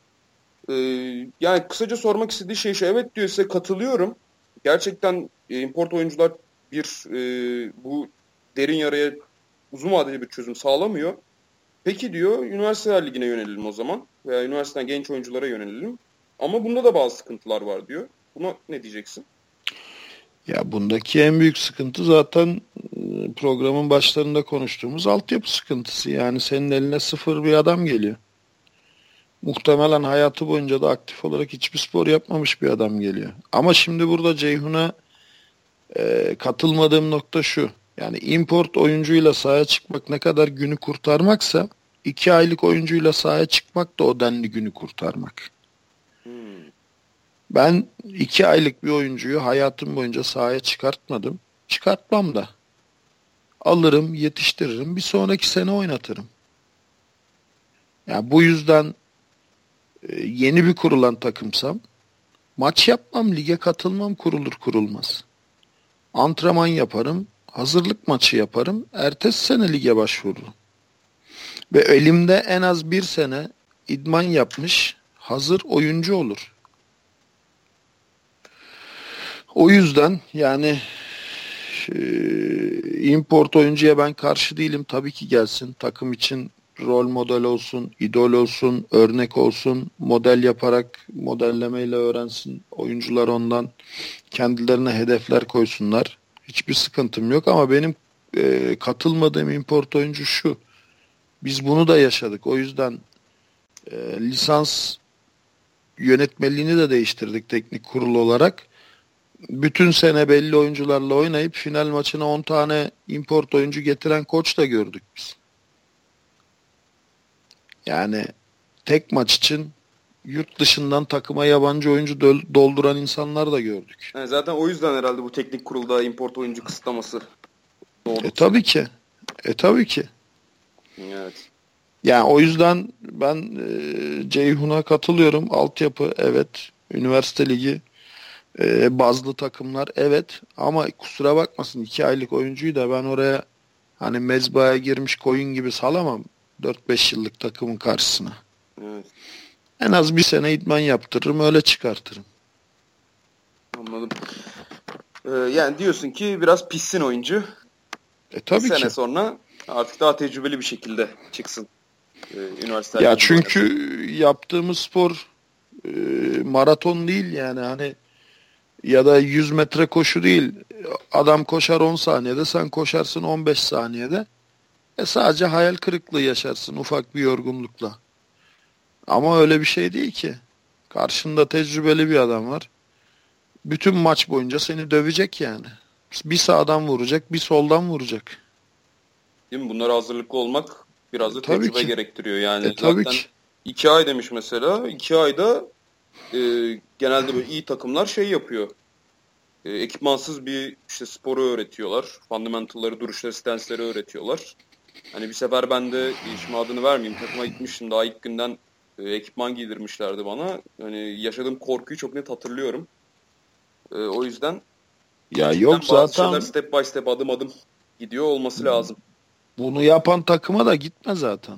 Yani kısaca sormak istediği şey şu. Evet diyor, size katılıyorum. Gerçekten import oyuncular bu derin yaraya uzun vadeli bir çözüm sağlamıyor. Peki diyor, üniversiteler ligine yönelelim o zaman. Veya üniversiteden genç oyunculara yönelelim. Ama bunda da bazı sıkıntılar var diyor. Buna ne diyeceksin? Ya bundaki en büyük sıkıntı zaten programın başlarında konuştuğumuz altyapı sıkıntısı. Yani senin eline sıfır bir adam geliyor. Muhtemelen hayatı boyunca da aktif olarak hiçbir spor yapmamış bir adam geliyor. Ama şimdi burada Ceyhun'a katılmadığım nokta şu. Yani import oyuncuyla sahaya çıkmak ne kadar günü kurtarmaksa 2 aylık oyuncuyla sahaya çıkmak da o denli günü kurtarmak. Ben 2 aylık bir oyuncuyu hayatım boyunca sahaya çıkartmadım. Çıkartmam da. Alırım, yetiştiririm. Bir sonraki sene oynatırım. Yani bu yüzden yeni bir kurulan takımsam maç yapmam, lige katılmam kurulur kurulmaz. Antrenman yaparım, hazırlık maçı yaparım, ertesi sene lige başvururum. Ve elimde en az bir sene idman yapmış hazır oyuncu olur. O yüzden yani import oyuncuya ben karşı değilim. Tabii ki gelsin. Takım için rol model olsun, idol olsun, örnek olsun. Model yaparak modellemeyle öğrensin. Oyuncular ondan kendilerine hedefler koysunlar. Hiçbir sıkıntım yok ama benim katılmadığım import oyuncu şu. Biz bunu da yaşadık. O yüzden lisans yönetmeliğini de değiştirdik teknik kurul olarak. Bütün sene belli oyuncularla oynayıp final maçına 10 tane import oyuncu getiren koç da gördük biz. Yani tek maç için yurt dışından takıma yabancı oyuncu dolduran insanlar da gördük. Yani zaten o yüzden herhalde bu teknik kurulda import oyuncu kısıtlaması doğdu. Tabii ki. Tabii ki. Evet. Yani o yüzden ben Ceyhun'a katılıyorum. Altyapı evet. Üniversite ligi bazlı takımlar evet. Ama kusura bakmasın 2 aylık oyuncuyu da ben oraya hani mezbahaya girmiş koyun gibi salamam 4-5 yıllık takımın karşısına. Evet. En az bir sene idman yaptırırım öyle çıkartırım. Anladım. Yani diyorsun ki biraz pişsin oyuncu. Tabii bir sene ki. sonra artık daha tecrübeli bir şekilde çıksın. Üniversite. Ya çünkü yaptığımız spor maraton değil yani hani ya da 100 metre koşu değil. Adam koşar 10 saniyede, sen koşarsın 15 saniyede. Sadece hayal kırıklığı yaşarsın ufak bir yorgunlukla. Ama öyle bir şey değil ki. Karşında tecrübeli bir adam var. Bütün maç boyunca seni dövecek yani. Bir sağdan vuracak, bir soldan vuracak. Değil mi? Bunlara hazırlıklı olmak biraz da Tabii tecrübe ki. gerektiriyor. Yani Tabii zaten ki. 2 ay demiş mesela. 2 ayda genelde böyle iyi takımlar şey yapıyor. Ekipmansız bir işte sporu öğretiyorlar. Fundamental'ları, duruşları, stansları öğretiyorlar. Hani bir sefer ben de şimdi adını vermeyeyim, takıma gitmiştim daha ilk günden ekipman giydirmişlerdi bana. Hani yaşadığım korkuyu çok net hatırlıyorum. O yüzden Ya yok bazı zaten şeyler step by step, adım adım gidiyor olması lazım. bunu yapan takıma da gitme zaten.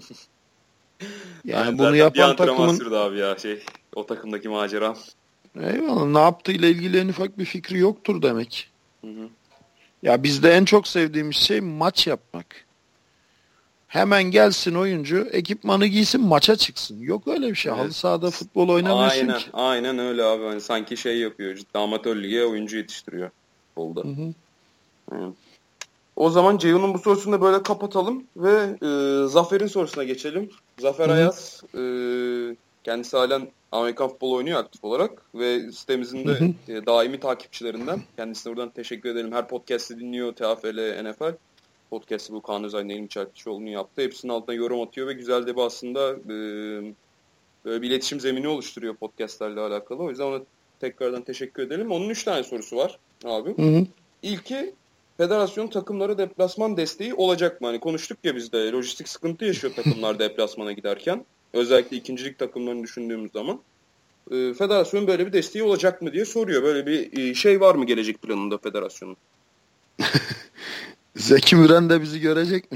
Yani bunu zaten bir yapan antrenman takımın sürdü abi ya o takımdaki macera. eyvallah ne yaptığıyla ilgili en ufak bir fikri yoktur demek. Hı hı. Ya bizde en çok sevdiğimiz şey maç yapmak. Hemen gelsin oyuncu, ekipmanı giysin, maça çıksın. Yok öyle bir şey. Halı Evet. sahada futbol oynamıyorsun Aynen, ki. aynen öyle abi. Hani sanki şey yapıyor, ciddi amatör lige oyuncu yetiştiriyor futbolda. Hı hı. Evet. O zaman Ceyhun'un bu sorusunu da böyle kapatalım ve Zafer'in sorusuna geçelim. Zafer Hı hı. Ayaz, kendisi halen Amerikan futbolu oynuyor aktif olarak ve sitemizin Hı de hı. daimi takipçilerinden. Kendisine buradan teşekkür edelim. Her podcast'i dinliyor, TFL, NFL. Podcast'i bu Kaan Özay'ın Elim Çerkişoğlu'nun yaptı. Hepsinin altına yorum atıyor ve güzel de bir aslında böyle bir iletişim zemini oluşturuyor podcastlerle alakalı. O yüzden ona tekrardan teşekkür edelim. Onun 3 tane sorusu var abi. Hı hı. İlki, federasyon takımlara deplasman desteği olacak mı? Hani konuştuk ya, biz de lojistik sıkıntı yaşıyor takımlar deplasmana giderken. Özellikle ikincilik takımlarını düşündüğümüz zaman. Federasyonun böyle bir desteği olacak mı diye soruyor. Böyle bir şey var mı gelecek planında federasyonun? Zeki Müren de bizi görecek mi?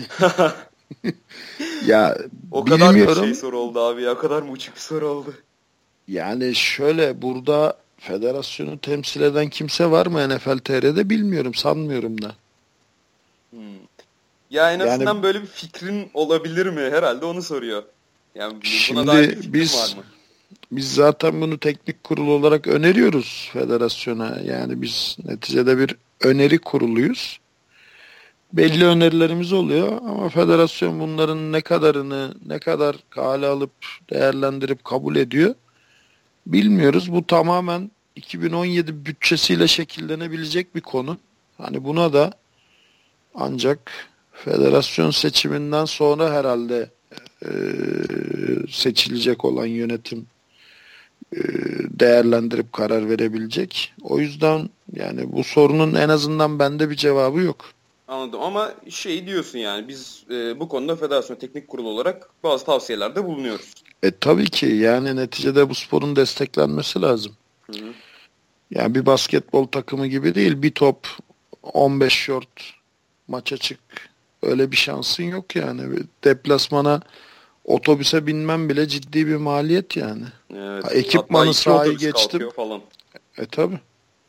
Ya O kadar mı bilmiyorum. soru oldu abi ya? O kadar mı uçuk bir soru oldu? Yani şöyle burada federasyonu temsil eden kimse var mı NFL TR'de bilmiyorum. Sanmıyorum da. Hmm. Ya en Yani azından böyle bir fikrin olabilir mi? Herhalde onu soruyor. Yani buna dair bir şimdi fikrin var mı? biz zaten bunu teknik kurul olarak öneriyoruz federasyona. Yani biz neticede bir öneri kuruluyuz. Belli önerilerimiz oluyor ama federasyon bunların ne kadarını ne kadar kale alıp değerlendirip kabul ediyor bilmiyoruz. Bu tamamen 2017 bütçesiyle şekillenebilecek bir konu. Hani buna da ancak federasyon seçiminden sonra herhalde e, seçilecek olan yönetim e, değerlendirip karar verebilecek. O yüzden yani bu sorunun en azından bende bir cevabı yok. Anladım ama şey diyorsun, yani biz bu konuda federasyon teknik kurulu olarak bazı tavsiyelerde bulunuyoruz. Tabii ki yani neticede bu sporun desteklenmesi lazım. Hı hı. Yani bir basketbol takımı gibi değil, bir top 15 short maça çık, öyle bir şansın yok yani. Bir deplasmana otobüse binmem bile ciddi bir maliyet yani. Ha, Evet. Hatta ekipmanı iki sahayı otobüs geçtim. kalkıyor falan. Tabii.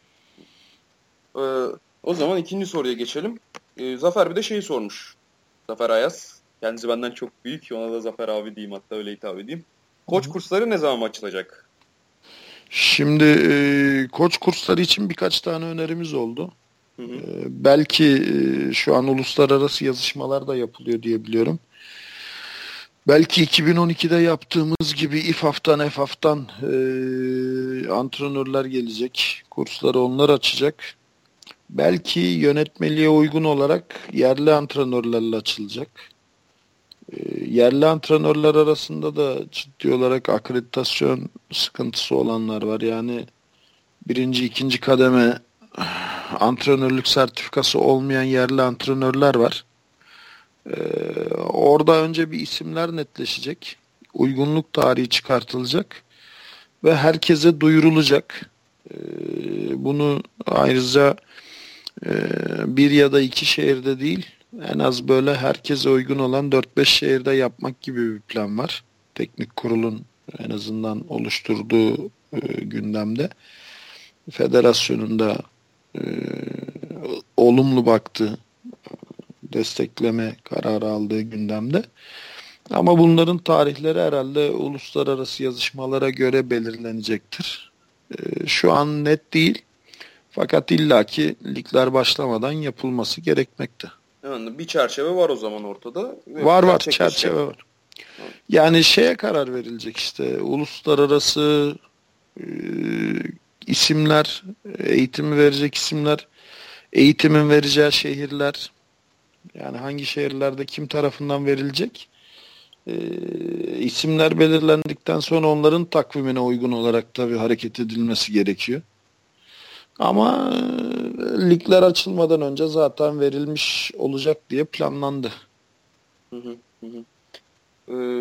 E, O zaman ikinci soruya geçelim. Zafer bir de şeyi sormuş. Zafer Ayaz. Kendisi benden çok büyük. Ona da Zafer abi diyeyim, hatta öyle hitap edeyim. Koç kursları ne zaman açılacak? Şimdi koç kursları için birkaç tane önerimiz oldu. Hı hı. Belki şu an uluslararası yazışmalar da yapılıyor diye biliyorum. Belki 2012'de yaptığımız gibi İFAF'tan, EFAF'tan antrenörler gelecek. Kursları onlar açacak. Belki yönetmeliğe uygun olarak yerli antrenörlerle açılacak. Yerli antrenörler arasında da ciddi olarak akreditasyon sıkıntısı olanlar var. Yani birinci, ikinci kademe antrenörlük sertifikası olmayan yerli antrenörler var. Orada önce bir isimler netleşecek. Uygunluk tarihi çıkartılacak ve herkese duyurulacak. Bunu ayrıca e, bir ya da iki şehirde değil, en az böyle herkese uygun olan 4-5 şehirde yapmak gibi bir plan var. Teknik kurulun en azından oluşturduğu gündemde. Federasyonun da e, olumlu baktığı, destekleme kararı aldığı gündemde. Ama bunların tarihleri herhalde uluslararası yazışmalara göre belirlenecektir. Şu an net değil. Fakat illaki ligler başlamadan yapılması gerekmekte. Yani bir çerçeve var o zaman ortada. Ve Var gerçekleşecek. çerçeve var. Yani şeye karar verilecek işte uluslararası e, isimler, eğitimi verecek isimler, eğitimin vereceği şehirler, yani hangi şehirlerde kim tarafından verilecek. İsimler belirlendikten sonra onların takvimine uygun olarak tabii hareket edilmesi gerekiyor. Ama ligler açılmadan önce zaten verilmiş olacak diye planlandı. Hı hı, hı hı. Ee,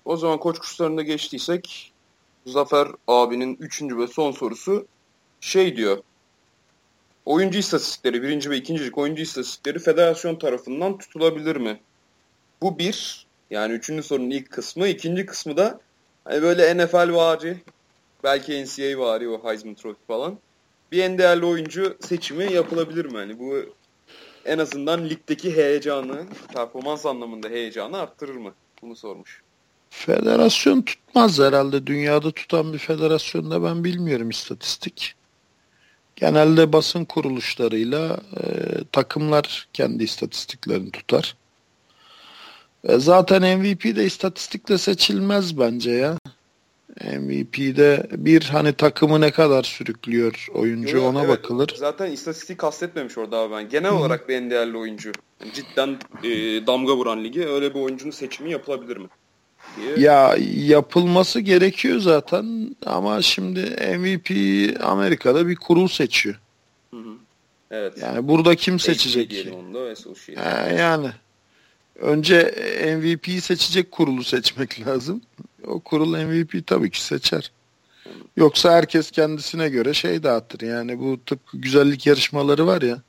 O zaman koç kurslarında geçtiysek Zafer abinin 3. ve son sorusu şey diyor. Oyuncu istatistikleri, 1. ve 2. lig oyuncu istatistikleri federasyon tarafından tutulabilir mi? Bu bir. Yani 3. sorunun ilk kısmı. 2. kısmı da hani böyle NFL vari, belki NCAA vari, o Heisman Trophy falan. Bir en değerli oyuncu seçimi yapılabilir mi? Hani bu en azından ligdeki heyecanı, performans anlamında heyecanı arttırır mı? Bunu sormuş. Federasyon tutmaz herhalde. Dünyada tutan bir federasyonda ben bilmiyorum istatistik. Genelde basın kuruluşlarıyla takımlar kendi istatistiklerini tutar. Zaten MVP de istatistikle seçilmez bence ya. MVP'de bir hani takımı ne kadar sürüklüyor oyuncu Yo, ona evet. bakılır. Zaten istatistiği kastetmemiş orada abi ben. Genel Hı. olarak bir en değerli oyuncu. Yani cidden damga vuran ligi, öyle bir oyuncunun seçimi yapılabilir mi diye. Ya yapılması gerekiyor zaten ama şimdi MVP Amerika'da bir kurul seçiyor. Hı hı. Evet. Yani burada kim ACA seçecek diyelim ki? onu da, Association. Yani önce MVP'yi seçecek kurulu seçmek lazım. O kurul MVP tabii ki seçer. Yoksa herkes kendisine göre şey dağıtır. Yani bu tıpkı güzellik yarışmaları var ya.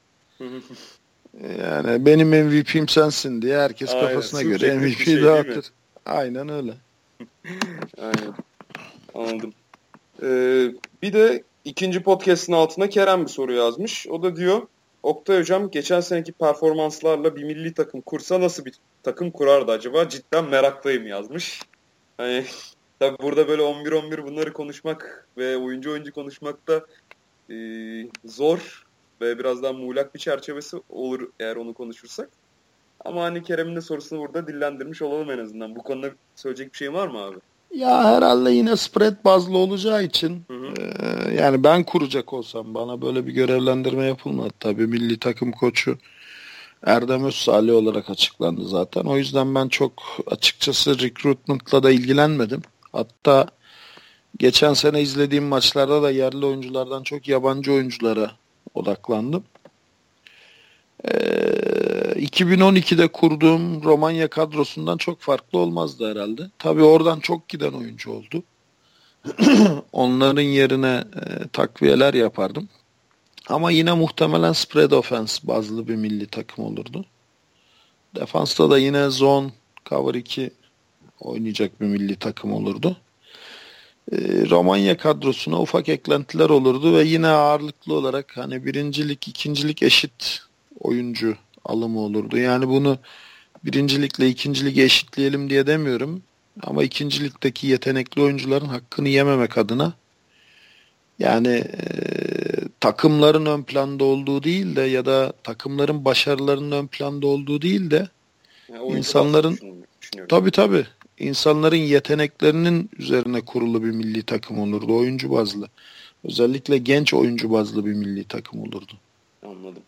Yani benim MVP'm sensin diye herkes Aynen. kafasına göre Subjektif bir MVP şey değil mi? dağıtır. Aynen öyle. Aynen. Anladım. Bir de ikinci podcast'ın altına Kerem bir soru yazmış. O da diyor, Oktay hocam geçen seneki performanslarla bir milli takım kursa nasıl bir takım kurardı acaba? Cidden meraktayım yazmış. Hani tabii burada böyle 11-11 bunları konuşmak ve oyuncu konuşmak da zor ve birazdan muğlak bir çerçevesi olur eğer onu konuşursak. Ama hani Kerem'in de sorusunu burada dillendirmiş olalım en azından. Bu konuda söyleyecek bir şey var mı abi? Ya herhalde yine spread bazlı olacağı için Hı hı. yani ben kuracak olsam bana böyle bir görevlendirme yapılmadı. Tabii milli takım koçu Erdem Özsalih olarak açıklandı zaten. O yüzden ben çok açıkçası recruitment'la da ilgilenmedim. Hatta geçen sene izlediğim maçlarda da yerli oyunculardan çok yabancı oyunculara odaklandım. 2012'de kurduğum Romanya kadrosundan çok farklı olmazdı herhalde. Tabii oradan çok giden oyuncu oldu. Onların yerine takviyeler yapardım. Ama yine muhtemelen spread offense bazlı bir milli takım olurdu. Defansta da yine zone cover 2 oynayacak bir milli takım olurdu. Romanya kadrosuna ufak eklentiler olurdu ve yine ağırlıklı olarak hani birincilik, ikincilik eşit oyuncu alımı olurdu. Yani bunu birincilikle ikincilik eşitleyelim diye demiyorum. Ama ikincilikteki yetenekli oyuncuların hakkını yememek adına yani takımların ön planda olduğu değil de ya da takımların başarılarının ön planda olduğu değil de Yani oyuncu insanların düşünüyorum. tabii insanların yeteneklerinin üzerine kurulu bir milli takım olurdu. Oyuncu bazlı. Özellikle genç oyuncu bazlı bir milli takım olurdu. Anladım.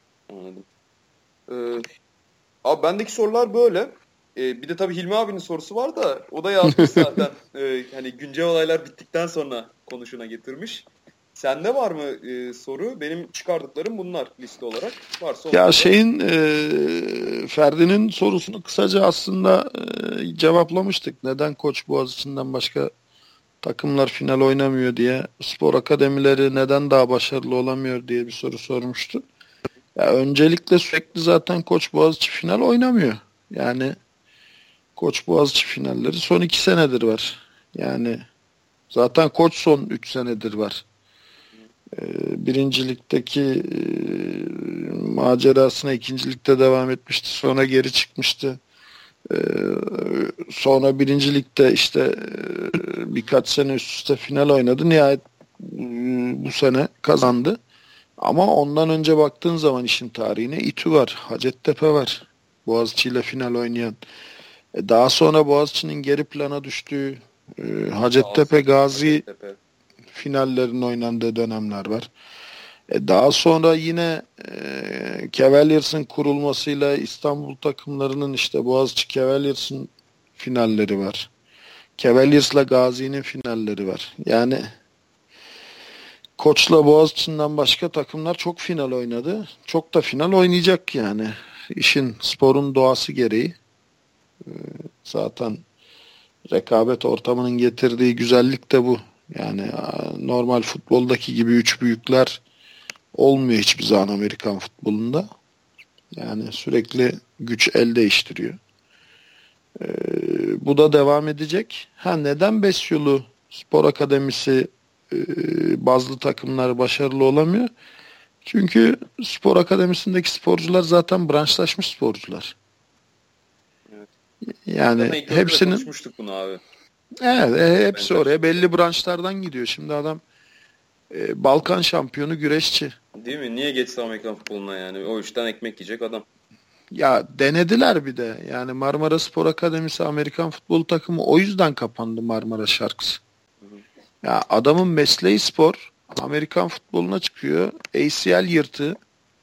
Abi bendeki sorular böyle. Bir de tabii Hilmi abinin sorusu var da o da yazmış zaten. Hani güncel olaylar bittikten sonra konuşuna getirmiş. Sende var mı soru? Benim çıkardıklarım bunlar liste olarak. Varsa Ya onları Ferdi'nin sorusunu kısaca aslında cevaplamıştık. Neden Koç Boğaziçi'nden başka takımlar final oynamıyor diye, spor akademileri neden daha başarılı olamıyor diye bir soru sormuştu. Ya öncelikle sürekli zaten Koç Boğaziçi final oynamıyor. Yani Koç Boğaziçi finalleri son 2 senedir var. Yani zaten Koç son 3 senedir var. Birincilikteki macerasına ikincilikte devam etmişti. Sonra geri çıkmıştı. Ee, Sonra birincilikte işte birkaç sene üst üste final oynadı. Nihayet bu sene kazandı. Ama ondan önce baktığın zaman işin tarihine İTÜ var, Hacettepe var. Boğaziçi ile final oynayan. Daha sonra Boğaziçi'nin geri plana düştüğü Hacettepe Gazi finallerin oynandığı dönemler var. Daha sonra yine Cavaliers'ın kurulmasıyla İstanbul takımlarının işte Boğaziçi Cavaliers'ın finalleri var. Cavaliers'la Gazi'nin finalleri var. Yani Koç'la Boğaziçi'nden başka takımlar çok final oynadı. Çok da final oynayacak yani. İşin sporun doğası gereği. Zaten Rekabet ortamının getirdiği güzellik de bu. Yani normal futboldaki gibi üç büyükler olmuyor hiçbir zaman Amerikan futbolunda. Yani sürekli güç el değiştiriyor. Bu da devam edecek. Neden Besyolu Spor Akademisi bazlı takımlar başarılı olamıyor? Çünkü spor akademisindeki sporcular zaten branşlaşmış sporcular. Evet. Yani hepsinin konuşmuştuk bunu abi. Evet, hepsi oraya belli branşlardan gidiyor. Şimdi adam Balkan şampiyonu güreşçi. Değil mi? Niye geçse Amerikan futboluna yani? O işten ekmek yiyecek adam. Ya denediler bir de. Yani Marmara Spor Akademisi Amerikan futbol takımı o yüzden kapandı, Marmara Sharks. Ya adamın mesleği spor. Amerikan futboluna çıkıyor. ACL yırtığı.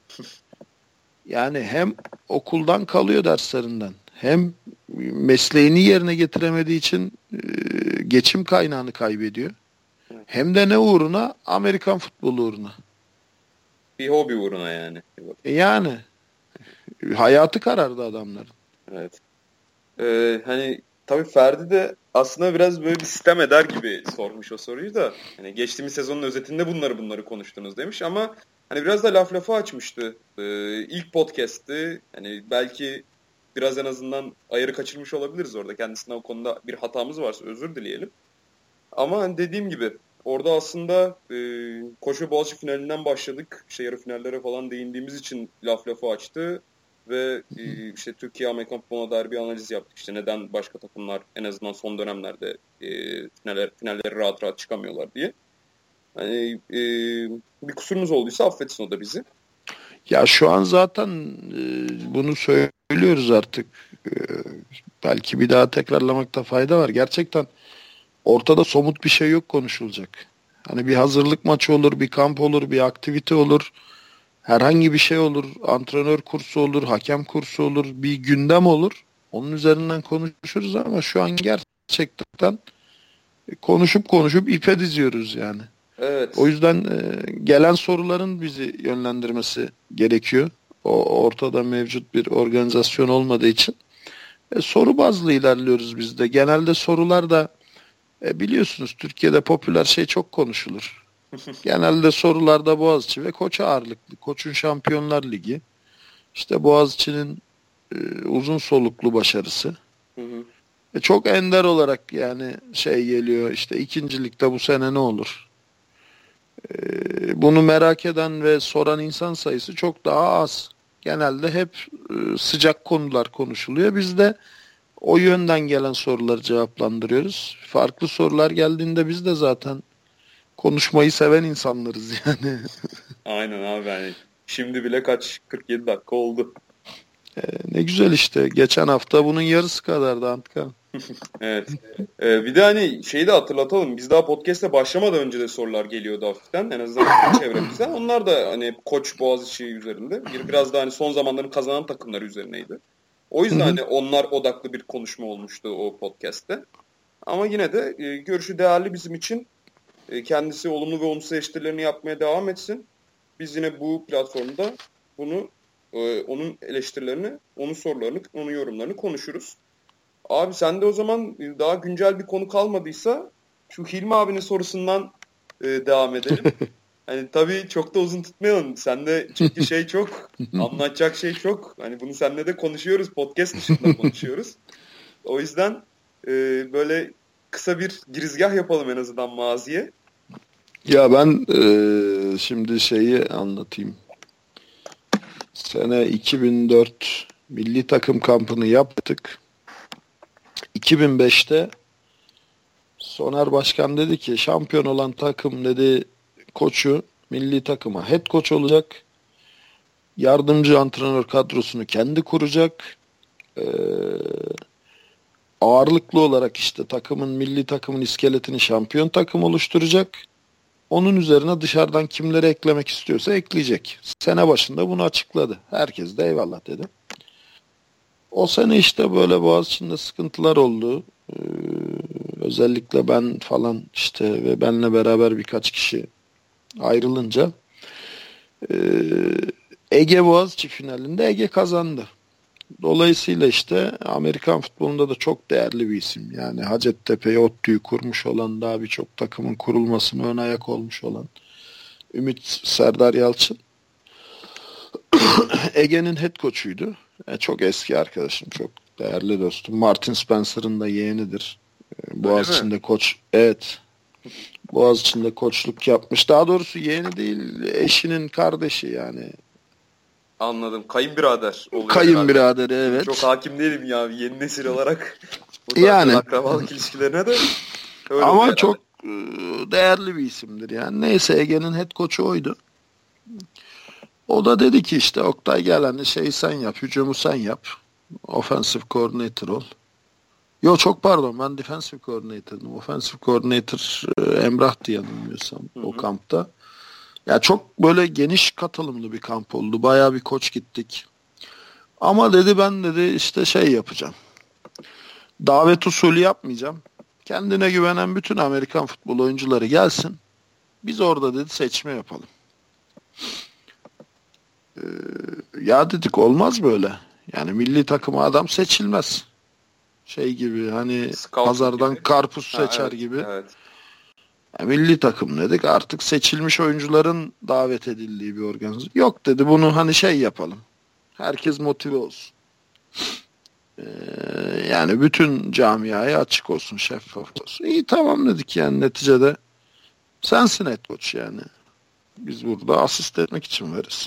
Yani hem okuldan kalıyor derslerinden. Hem mesleğini yerine getiremediği için geçim kaynağını kaybediyor. Hem de ne uğruna? Amerikan futbolu uğruna. Bir hobi uğruna yani. Yani hayatı karardı adamların. Evet. Hani tabii Ferdi de aslında biraz böyle bir sitem eder gibi sormuş o soruyu da. Hani geçtiğimiz sezonun özetinde bunları konuştunuz demiş ama hani biraz da lafı açmıştı. İlk podcast'ti. Hani belki biraz en azından ayarı kaçırmış olabiliriz orada. Kendisinden o konuda bir hatamız varsa özür dileyelim. Ama hani dediğim gibi orada aslında Koç ve Boğaziçi finalinden başladık. İşte yarı finallere falan değindiğimiz için lafı açtı. Ve işte Türkiye Amerikan futboluna dair bir analiz yaptık. İşte neden başka takımlar en azından son dönemlerde finallere rahat rahat çıkamıyorlar diye. Hani bir kusurumuz olduysa affetsin o da bizi. Ya şu an zaten bunu söylüyoruz artık. Belki bir daha tekrarlamakta fayda var. Gerçekten ortada somut bir şey yok konuşulacak. Hani bir hazırlık maçı olur, bir kamp olur, bir aktivite olur. Herhangi bir şey olur. Antrenör kursu olur, hakem kursu olur, bir gündem olur. Onun üzerinden konuşuruz ama şu an gerçekten konuşup ipe diziyoruz yani. Evet. O yüzden gelen soruların bizi yönlendirmesi gerekiyor. O ortada mevcut bir organizasyon olmadığı için soru bazlı ilerliyoruz biz de. Genelde sorular da biliyorsunuz Türkiye'de popüler şey çok konuşulur. Genelde sorularda Boğaziçi ve Koç ağırlıklı. Koç'un Şampiyonlar Ligi. İşte Boğaziçi'nin uzun soluklu başarısı. Hı hı. Çok ender olarak yani şey geliyor işte ikincilikte bu sene ne olur? Bunu merak eden ve soran insan sayısı çok daha az. Genelde hep sıcak konular konuşuluyor. Biz de o yönden gelen soruları cevaplandırıyoruz. Farklı sorular geldiğinde biz de zaten konuşmayı seven insanlarız yani. Aynen abi yani şimdi bile 47 dakika oldu. Ne güzel işte. Geçen hafta bunun yarısı kadardı Antkan. Evet. Bir de hani şeyi de hatırlatalım. Biz daha podcast'e başlamadan önce de sorular geliyordu hafiften. En azından çevremizden. Onlar da hani Koç Boğaziçi üzerinde. Biraz da hani son zamanların kazanan takımları üzerineydi. O yüzden hani onlar odaklı bir konuşma olmuştu o podcast'te. Ama yine de görüşü değerli bizim için. Kendisi olumlu ve olumsuz eleştirilerini yapmaya devam etsin. Biz yine bu platformda bunu onun eleştirilerini, onun sorularını, onun yorumlarını konuşuruz. Abi sen de o zaman daha güncel bir konu kalmadıysa şu Hilmi abinin sorusundan devam edelim. Hani tabii çok da uzun tutmayalım. Sende çünkü şey çok, anlatacak şey çok. Hani bunu seninle de konuşuyoruz, podcast dışında konuşuyoruz. O yüzden böyle kısa bir girizgah yapalım en azından maziye. Ya ben şimdi şeyi anlatayım. Sene 2004 milli takım kampını yaptık. 2005'te Soner Başkan dedi ki şampiyon olan takım dedi koçu milli takıma head coach olacak. Yardımcı antrenör kadrosunu kendi kuracak. Ağırlıklı olarak işte milli takımın iskeletini şampiyon takım oluşturacak. Onun üzerine dışarıdan kimleri eklemek istiyorsa ekleyecek. Sene başında bunu açıkladı. Herkes de eyvallah dedi. O sene işte böyle Boğaziçi'nde sıkıntılar oldu. Özellikle ben falan işte ve benle beraber birkaç kişi ayrılınca Ege Boğaziçi finalinde Ege kazandı. Dolayısıyla işte Amerikan futbolunda da çok değerli bir isim. Yani Hacettepe'ye ODTÜ'yü kurmuş olan, daha birçok takımın kurulmasına ön ayak olmuş olan Ümit Serdar Yalçın. Ege'nin head coach'uydu. Çok eski arkadaşım, çok değerli dostum. Martin Spencer'ın da yeğenidir. Boğaziçi'nde koç. Evet. Boğaziçi'nde koçluk yapmış. Daha doğrusu yeğeni değil, eşinin kardeşi yani. Anladım. Kayınbirader oluyor. Kayınbiraderi, evet. Çok hakim değilim ya yeni nesil olarak. Bu yani akrabalık ilişkilerine de. Öyle ama çok değerli bir isimdir yani. Neyse, Ege'nin head coach'u oydu. O da dedi ki işte Oktay, gel hani sen yap, hücumu sen yap. Offensive coordinator ol. Yo, çok pardon, ben defensive coordinator'dım. Offensive coordinator Emrah'tı yanılmıyorsam o kampta. Ya çok böyle geniş katılımlı bir kamp oldu. Bayağı bir koç gittik. Ama dedi ben dedi işte yapacağım. Davet usulü yapmayacağım. Kendine güvenen bütün Amerikan futbol oyuncuları gelsin. Biz orada dedi seçme yapalım. Ya dedik olmaz böyle. Yani milli takıma adam seçilmez. Gibi hani Scout pazardan gibi. Karpuz seçer evet, gibi. Evet. Yani milli takım dedik, artık seçilmiş oyuncuların davet edildiği bir organizasyon. Yok dedi, bunu hani yapalım. Herkes motive olsun. Yani bütün camiaya açık olsun, şeffaf olsun. İyi, tamam dedik yani, neticede sensin head coach yani. Biz burada asist etmek için varız.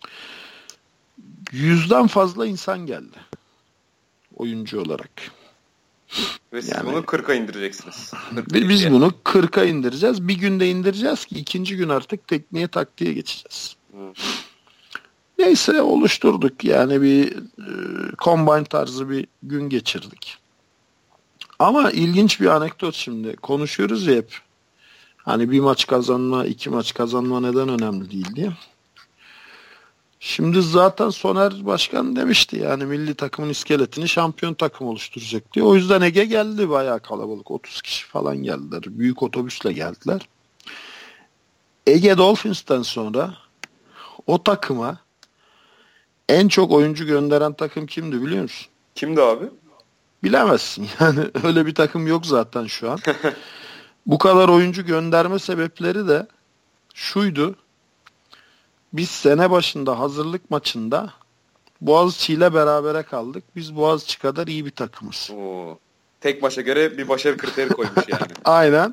100'den fazla insan geldi. Oyuncu olarak. Ve siz bunu 40'a indireceksiniz. Biz bunu 40'a indireceğiz. Bir günde indireceğiz ki ikinci gün artık tekniğe, taktiğe geçeceğiz. Neyse, oluşturduk. Yani bir combine tarzı bir gün geçirdik. Ama ilginç bir anekdot şimdi. Konuşuyoruz ya hep. Hani bir maç kazanma, 2 maç kazanma neden önemli değil diye. Şimdi zaten Soner Başkan demişti yani milli takımın iskeletini şampiyon takım oluşturacak diye. O yüzden Ege geldi, bayağı kalabalık. 30 kişi falan geldiler. Büyük otobüsle geldiler. Ege Dolphins'ten sonra o takıma en çok oyuncu gönderen takım kimdi biliyor musun? Kimdi abi? Bilemezsin yani, öyle bir takım yok zaten şu an. Bu kadar oyuncu gönderme sebepleri de şuydu. Biz sene başında hazırlık maçında Boğaziçi ile berabere kaldık. Biz Boğaziçi kadar iyi bir takımız. Oo. Tek maça göre bir başarı kriteri koymuş yani. Aynen.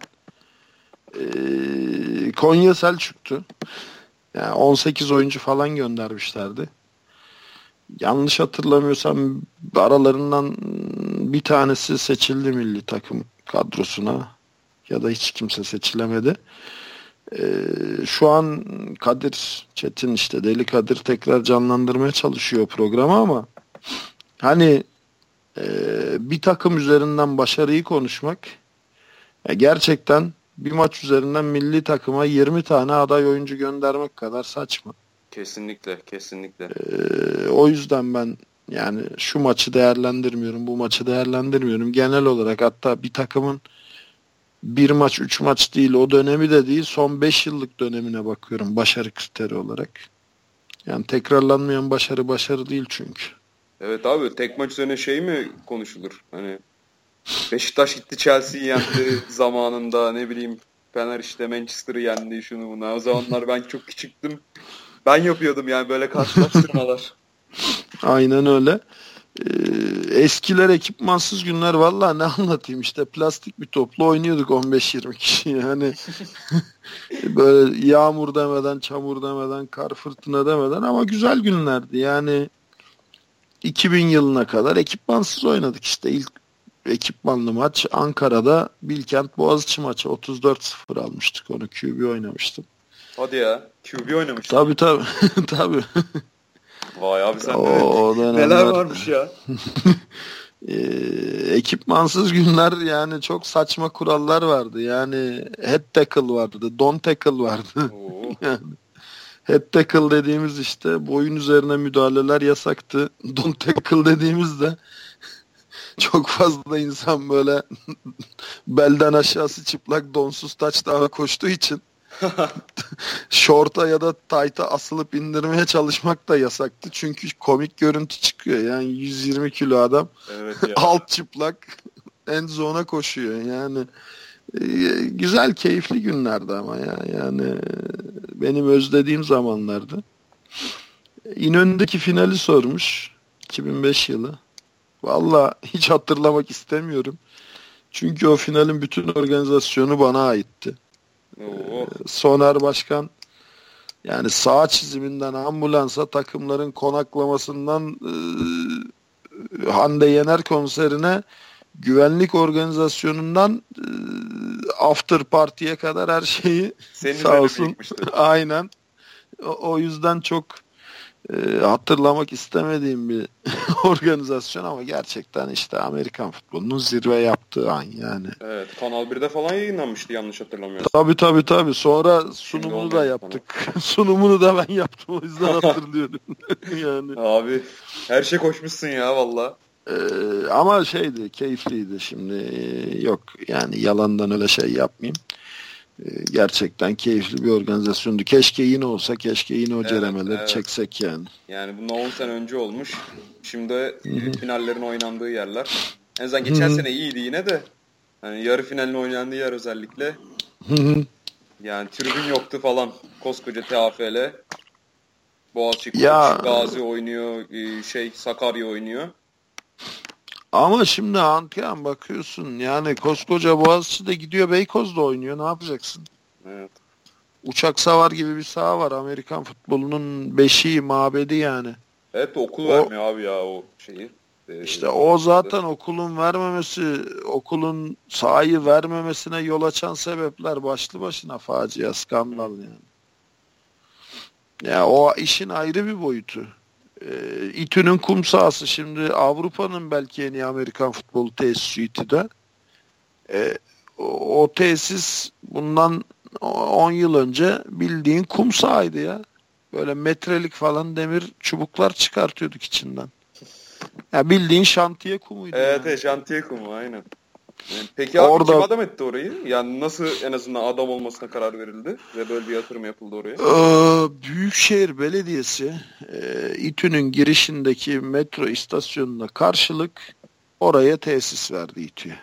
Konya Selçuk'tu. Yani 18 oyuncu falan göndermişlerdi. Yanlış hatırlamıyorsam aralarından bir tanesi seçildi milli takım kadrosuna. Ya da hiç kimse seçilemedi. Şu an Kadir Çetin, işte Deli Kadir tekrar canlandırmaya çalışıyor programı ama hani bir takım üzerinden başarıyı konuşmak gerçekten bir maç üzerinden milli takıma 20 tane aday oyuncu göndermek kadar saçma. Kesinlikle, kesinlikle. O yüzden ben yani şu maçı değerlendirmiyorum, bu maçı değerlendirmiyorum. Genel olarak hatta bir takımın bir maç, 3 maç değil, o dönemi de değil, son 5 yıllık dönemine bakıyorum başarı kriteri olarak. Yani tekrarlanmayan başarı değil çünkü. Evet abi, tek maç üzerine mi konuşulur? Hani Beşiktaş gitti Chelsea'yi yendi zamanında, ne bileyim Fener işte Manchester'ı yendi, şunu bunu. O zamanlar ben çok küçüktüm. Ben yapıyordum yani böyle karşılaştırmalar. Aynen öyle. Eskiler ekipmansız günler, vallahi ne anlatayım, işte plastik bir topla oynuyorduk 15-20 kişi yani. Böyle yağmur demeden, çamur demeden, kar fırtına demeden, ama güzel günlerdi yani. 2000 yılına kadar ekipmansız oynadık işte. İlk ekipmanlı maç Ankara'da Bilkent Boğaziçi maçı, 34-0 almıştık, onu QB oynamıştım. Hadi ya, QB oynamıştın. Tabii tabii. Vay abi, sen neler varmış ya. Ekipmansız günler yani, çok saçma kurallar vardı. Yani head tackle vardı, don't tackle vardı. Yani head tackle dediğimiz işte boyun üzerine müdahaleler yasaktı. Don't tackle dediğimizde çok fazla insan böyle belden aşağısı çıplak, donsuz touchdown'a koştuğu için Şorta ya da tayta asılıp indirmeye çalışmak da yasaktı. Çünkü komik görüntü çıkıyor. Yani 120 kilo adam Evet ya. alt çıplak end zone'a koşuyor. Yani güzel, keyifli günlerdi ama ya. Yani benim özlediğim zamanlardı. İnönü'ndeki finali sormuş. 2005 yılı. Valla hiç hatırlamak istemiyorum. Çünkü o finalin bütün organizasyonu bana aitti. Oo. Soner Başkan, yani saha çiziminden ambulansa, takımların konaklamasından Hande Yener konserine, güvenlik organizasyonundan after party'ye kadar her şeyi Senin sağ üzerine olsun. birikmişti. Aynen. O yüzden çok hatırlamak istemediğim bir organizasyon ama gerçekten işte Amerikan futbolunun zirve yaptığı an yani. Evet, Kanal 1'de falan yayınlanmıştı yanlış hatırlamıyorsam. Tabii. Sonra Şimdi sunumunu da olmayan yaptık. Sunumunu da ben yaptım, o yüzden hatırlıyorum. Yani. Abi her şey koşmuşsun ya valla. Ama şeydi, keyifliydi. Şimdi yok yani, yalandan öyle şey yapmayayım. Gerçekten keyifli bir organizasyondu. Keşke yine olsa, keşke yine o ceremeleri çeksek yani. Yani bundan 10 sene önce olmuş. Şimdi finallerin oynandığı yerler. En azından geçen sene iyiydi yine de. Hani yarı finalin oynandığı yer özellikle. Yani tribün yoktu falan. Koskoca TAFL. Boğaziçi, Koç, Gazi oynuyor. Sakarya oynuyor. Ama şimdi Antkan bakıyorsun yani, koskoca Boğaziçi'de gidiyor Beykoz'da oynuyor. Ne yapacaksın? Evet. Uçak savar gibi bir saha var. Amerikan futbolunun beşiği, mabedi yani. Evet, okul vermiyor abi ya o şeyi. İşte o zaten okulun vermemesi, okulun sahayı vermemesine yol açan sebepler başlı başına facia, skandal yani. Ya o işin ayrı bir boyutu. İTÜ'nün kum sahası şimdi Avrupa'nın belki en iyi Amerikan futbolu tesisi İTÜ'de. O tesis bundan 10 yıl önce bildiğin kum sahaydı ya. Böyle metrelik falan demir çubuklar çıkartıyorduk içinden. Ya bildiğin şantiye kumuydu. Evet, yani. şantiye kumu aynen. Peki abi Orada, kim adam etti orayı? Yani nasıl en azından adam olmasına karar verildi ve böyle bir yatırım yapıldı oraya? Büyükşehir Belediyesi İTÜ'nün girişindeki metro istasyonuna karşılık oraya tesis verdi İTÜ'ye.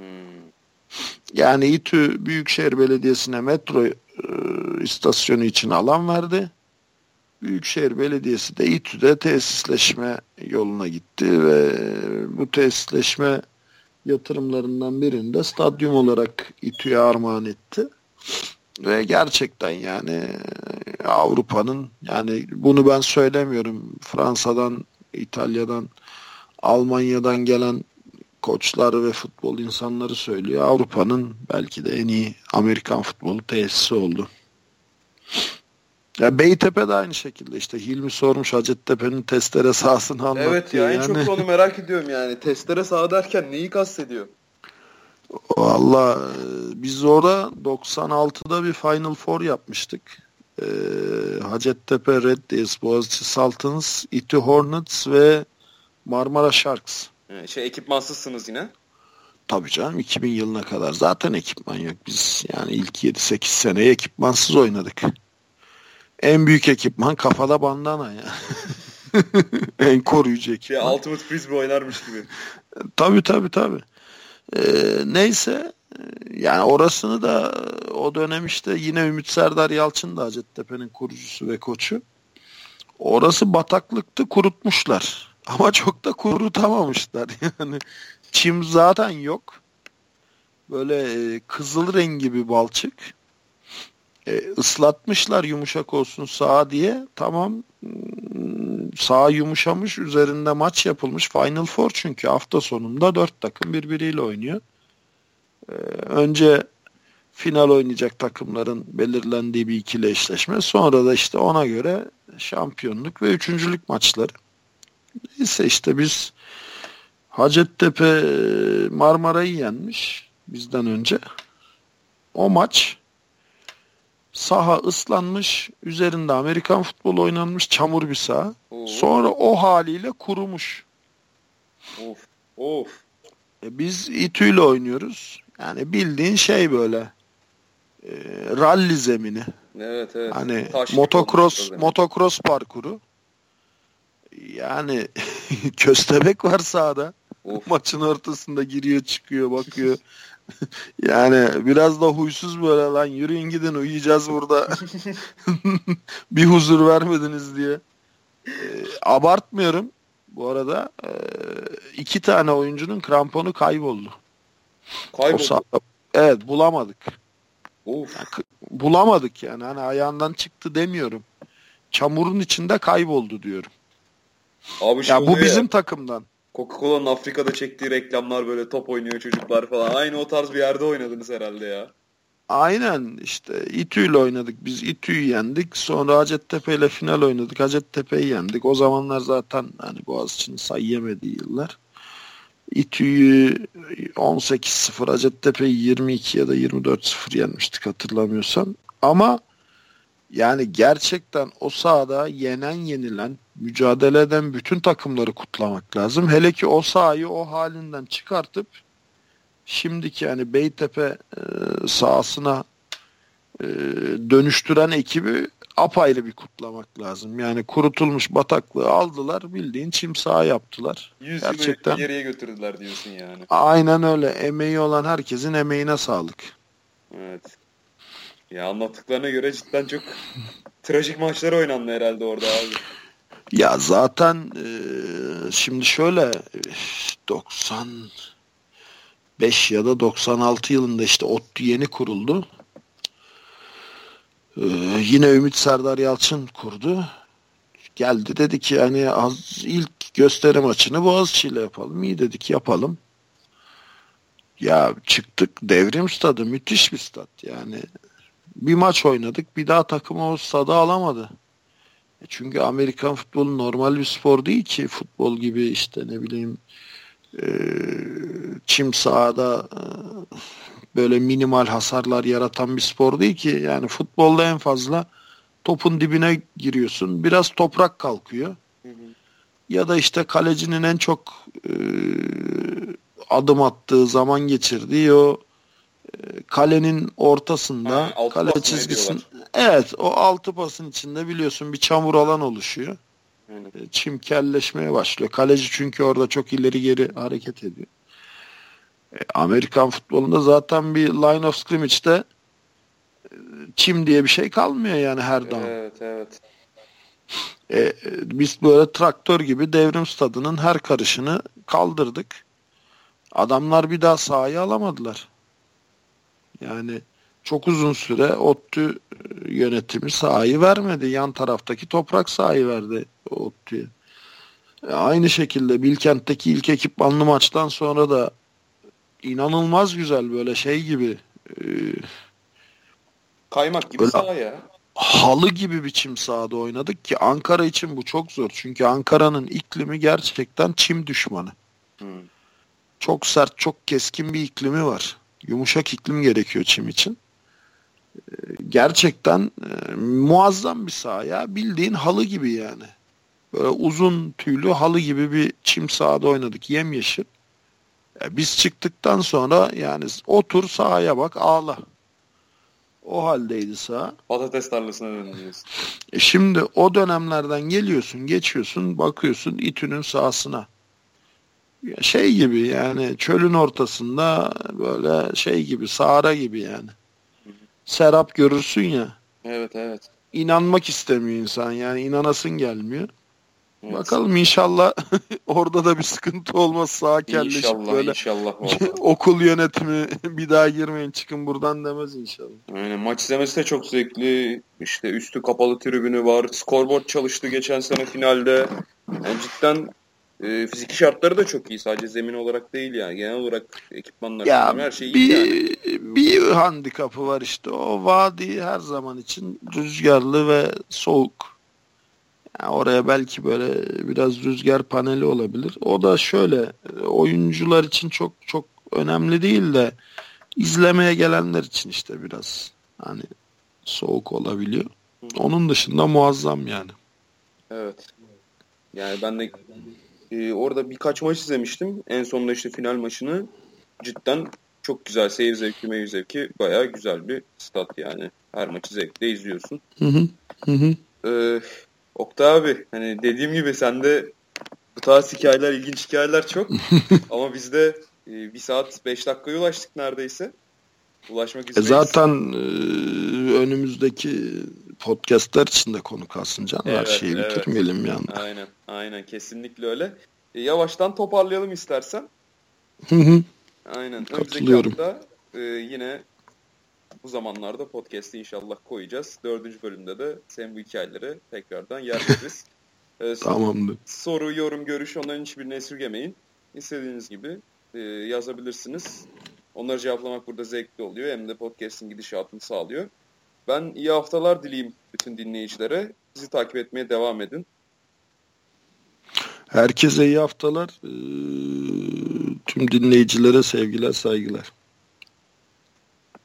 Yani İTÜ Büyükşehir Belediyesi'ne metro istasyonu için alan verdi. Büyükşehir Belediyesi de İTÜ'de tesisleşme yoluna gitti ve bu tesisleşme yatırımlarından birini de stadyum olarak İTÜ'ye armağan etti. Ve gerçekten yani Avrupa'nın, yani bunu ben söylemiyorum, Fransa'dan, İtalya'dan, Almanya'dan gelen koçlar ve futbol insanları söylüyor. Avrupa'nın belki de en iyi Amerikan futbolu tesisi oldu. Ya Beytepe de aynı şekilde, işte Hilmi sormuş Hacettepe'nin testere sahasını anlattı. Evet ya, en çok onu merak ediyorum yani. Testere saha derken neyi kastediyor? Valla biz orada 96'da bir Final Four yapmıştık. Hacettepe Red Devils, Boğaziçi Sultans, İTÜ Hornets ve Marmara Sharks. Ekipmansızsınız yine. Tabii canım, 2000 yılına kadar zaten ekipman yok. Biz yani ilk 7-8 seneyi ekipmansız oynadık. En büyük ekipman kafada bandana ya. En koruyucu ekipman. Ultimate Frisbee oynarmış gibi. Tabii. Neyse yani orasını da o dönem işte yine Ümit Serdar Yalçın da Hacettepe'nin kurucusu ve koçu. Orası bataklıktı, kurutmuşlar. Ama çok da kurutamamışlar. Yani çim zaten yok. Böyle kızıl rengi bir balçık. Islatmışlar yumuşak olsun saha diye. Tamam, saha yumuşamış, üzerinde maç yapılmış. Final Four, çünkü hafta sonunda 4 takım birbiriyle oynuyor. Önce final oynayacak takımların belirlendiği bir ikili eşleşme. Sonra da işte ona göre şampiyonluk ve üçüncülük maçları. Neyse işte biz Hacettepe Marmara'yı yenmiş bizden önce. O maç saha ıslanmış, üzerinde Amerikan futbolu oynanmış, çamur bir saha. Sonra o haliyle kurumuş. Of. Biz İTÜ'yle oynuyoruz. Yani bildiğin şey böyle. ralli zemini. Evet. Hani Taş gibi olmuş o zemin. motocross parkuru. Yani köstebek var sahada. Of. Maçın ortasında giriyor çıkıyor bakıyor. Yani biraz da huysuz böyle, lan yürüyün gidin uyuyacağız burada. Bir huzur vermediniz diye. Abartmıyorum. Bu arada 2 tane oyuncunun kramponu kayboldu. O sahada. Evet, bulamadık. Of. Yani, bulamadık yani. Hani ayağından çıktı demiyorum. Çamurun içinde kayboldu diyorum. Abi Ya bu bizim ya, takımdan. Coca-Cola'nın Afrika'da çektiği reklamlar, böyle top oynuyor çocuklar falan. Aynı o tarz bir yerde oynadınız herhalde ya. Aynen işte İTÜ ile oynadık. Biz İTÜ'yü yendik. Sonra Hacettepe ile final oynadık. Hacettepe'yi yendik. O zamanlar zaten hani Boğaziçi'nin sayı yemediği yıllar. İTÜ'yü 18-0, Hacettepe'yi 22 ya da 24-0 yenmiştik hatırlamıyorsam. Ama yani gerçekten o sahada yenen yenilen, mücadele eden bütün takımları kutlamak lazım. Hele ki o sahayı o halinden çıkartıp şimdiki yani Beytepe sahasına dönüştüren ekibi apayrı bir kutlamak lazım. Yani kurutulmuş bataklığı aldılar, bildiğin çim saha yaptılar. 100 Gerçekten yılı geriye götürdüler diyorsun yani. aynen öyle. Emeği olan herkesin emeğine sağlık. Evet. Ya anlattıklarına göre cidden çok trajik maçlar oynandı herhalde orada abi. Ya zaten şimdi şöyle 95 ya da 96 yılında işte ODTÜ yeni kuruldu. Yine Ümit Serdar Yalçın kurdu. Geldi dedi ki hani ilk gösteri maçını Boğaziçi ile yapalım. İyi dedik, yapalım. Ya çıktık, Devrim Stadı müthiş bir stat yani. Bir maç oynadık, bir daha takım o stadı alamadı. Çünkü Amerikan futbolu normal bir spor değil ki. Futbol gibi işte ne bileyim çim sahada böyle minimal hasarlar yaratan bir spor değil ki. Yani futbolda en fazla topun dibine giriyorsun. Biraz toprak kalkıyor. Hı hı. Ya da işte kalecinin en çok adım attığı, zaman geçirdiği o kalenin ortasında, Altı kale pas ne çizgisin. diyorlar? Evet, o 6 pasın içinde biliyorsun bir çamur alan oluşuyor. Aynen. Çimkelleşmeye başlıyor. Kaleci çünkü orada çok ileri geri hareket ediyor. Amerikan futbolunda zaten bir line of scrimmage'de çim diye bir şey kalmıyor yani her down. Evet. Biz böyle traktör gibi Devrim Stadı'nın her karışını kaldırdık. Adamlar bir daha sahayı alamadılar. Yani çok uzun süre ODTÜ yönetimi sahayı vermedi. Yan taraftaki toprak sahayı verdi ODTÜ'ye. Aynı şekilde Bilkent'teki ilk ekipmanlı maçtan sonra da inanılmaz güzel böyle şey gibi Kaymak gibi böyle saha ya. halı gibi bir çim sahada oynadık ki Ankara için bu çok zor. Çünkü Ankara'nın iklimi gerçekten çim düşmanı. Hı. Çok sert, çok keskin bir iklimi var. Yumuşak iklim gerekiyor çim için. Gerçekten muazzam bir saha ya. Bildiğin halı gibi yani. Böyle uzun tüylü halı gibi bir çim sahada oynadık. Yemyeşil. Biz çıktıktan sonra yani otur sahaya bak ağla. O haldeydi saha. Patates tarlasına dönüyoruz. Şimdi o dönemlerden geliyorsun, geçiyorsun, bakıyorsun İTÜ'nün sahasına. Şey gibi yani çölün ortasında böyle şey gibi, Sahara gibi yani. Serap görürsün ya. Evet. İnanmak istemiyor insan yani, inanasın gelmiyor. Evet. Bakalım inşallah orada da bir sıkıntı olmaz, sağa kelleşip böyle İnşallah vallahi. okul yönetimi bir daha girmeyin çıkın buradan demez inşallah. Aynen, maç izlemesi de çok zevkli. İşte üstü kapalı tribünü var. Scoreboard çalıştı geçen sene finalde. Yani cidden fiziki şartları da çok iyi. Sadece zemin olarak değil yani. Genel olarak ekipmanlar Ya falan, her şey iyi yani. bir handikapı var işte, o vadi her zaman için rüzgarlı ve soğuk. Yani oraya belki böyle biraz rüzgar paneli olabilir. O da şöyle oyuncular için çok çok önemli değil de izlemeye gelenler için işte biraz hani soğuk olabiliyor. Onun dışında muazzam yani. Evet. Yani ben de orada birkaç maç izlemiştim. En sonunda işte final maçını. Cidden çok güzel seyir zevki, meyir zevki, bayağı güzel bir stat yani. Her maçı zevkle izliyorsun. Hı hı. Hı hı. Oktay abi, hani dediğim gibi sende bu tarz hikayeler, ilginç hikayeler çok. Ama biz de 1 saat 5 dakikaya ulaştık neredeyse. Ulaşmak üzereyiz. Zaten önümüzdeki podcastler için de konu kalsın canım. Evet, her şeyi bitirmeyelim yani. Aynen kesinlikle öyle. Yavaştan toparlayalım istersen. Hı hı. Aynen. Katılıyorum. Önümüzdeki hafta yine bu zamanlarda podcast'i inşallah koyacağız. 4. bölümde de sen bu hikayeleri tekrardan yer veririz. Tamamdır. Soru, yorum, görüş, onların hiçbirini esirgemeyin. İstediğiniz gibi yazabilirsiniz. Onları cevaplamak burada zevkli oluyor. Hem de podcast'in gidişatını sağlıyor. Ben iyi haftalar dileyim bütün dinleyicilere. Bizi takip etmeye devam edin. Herkese iyi haftalar. Tüm dinleyicilere sevgiler, saygılar.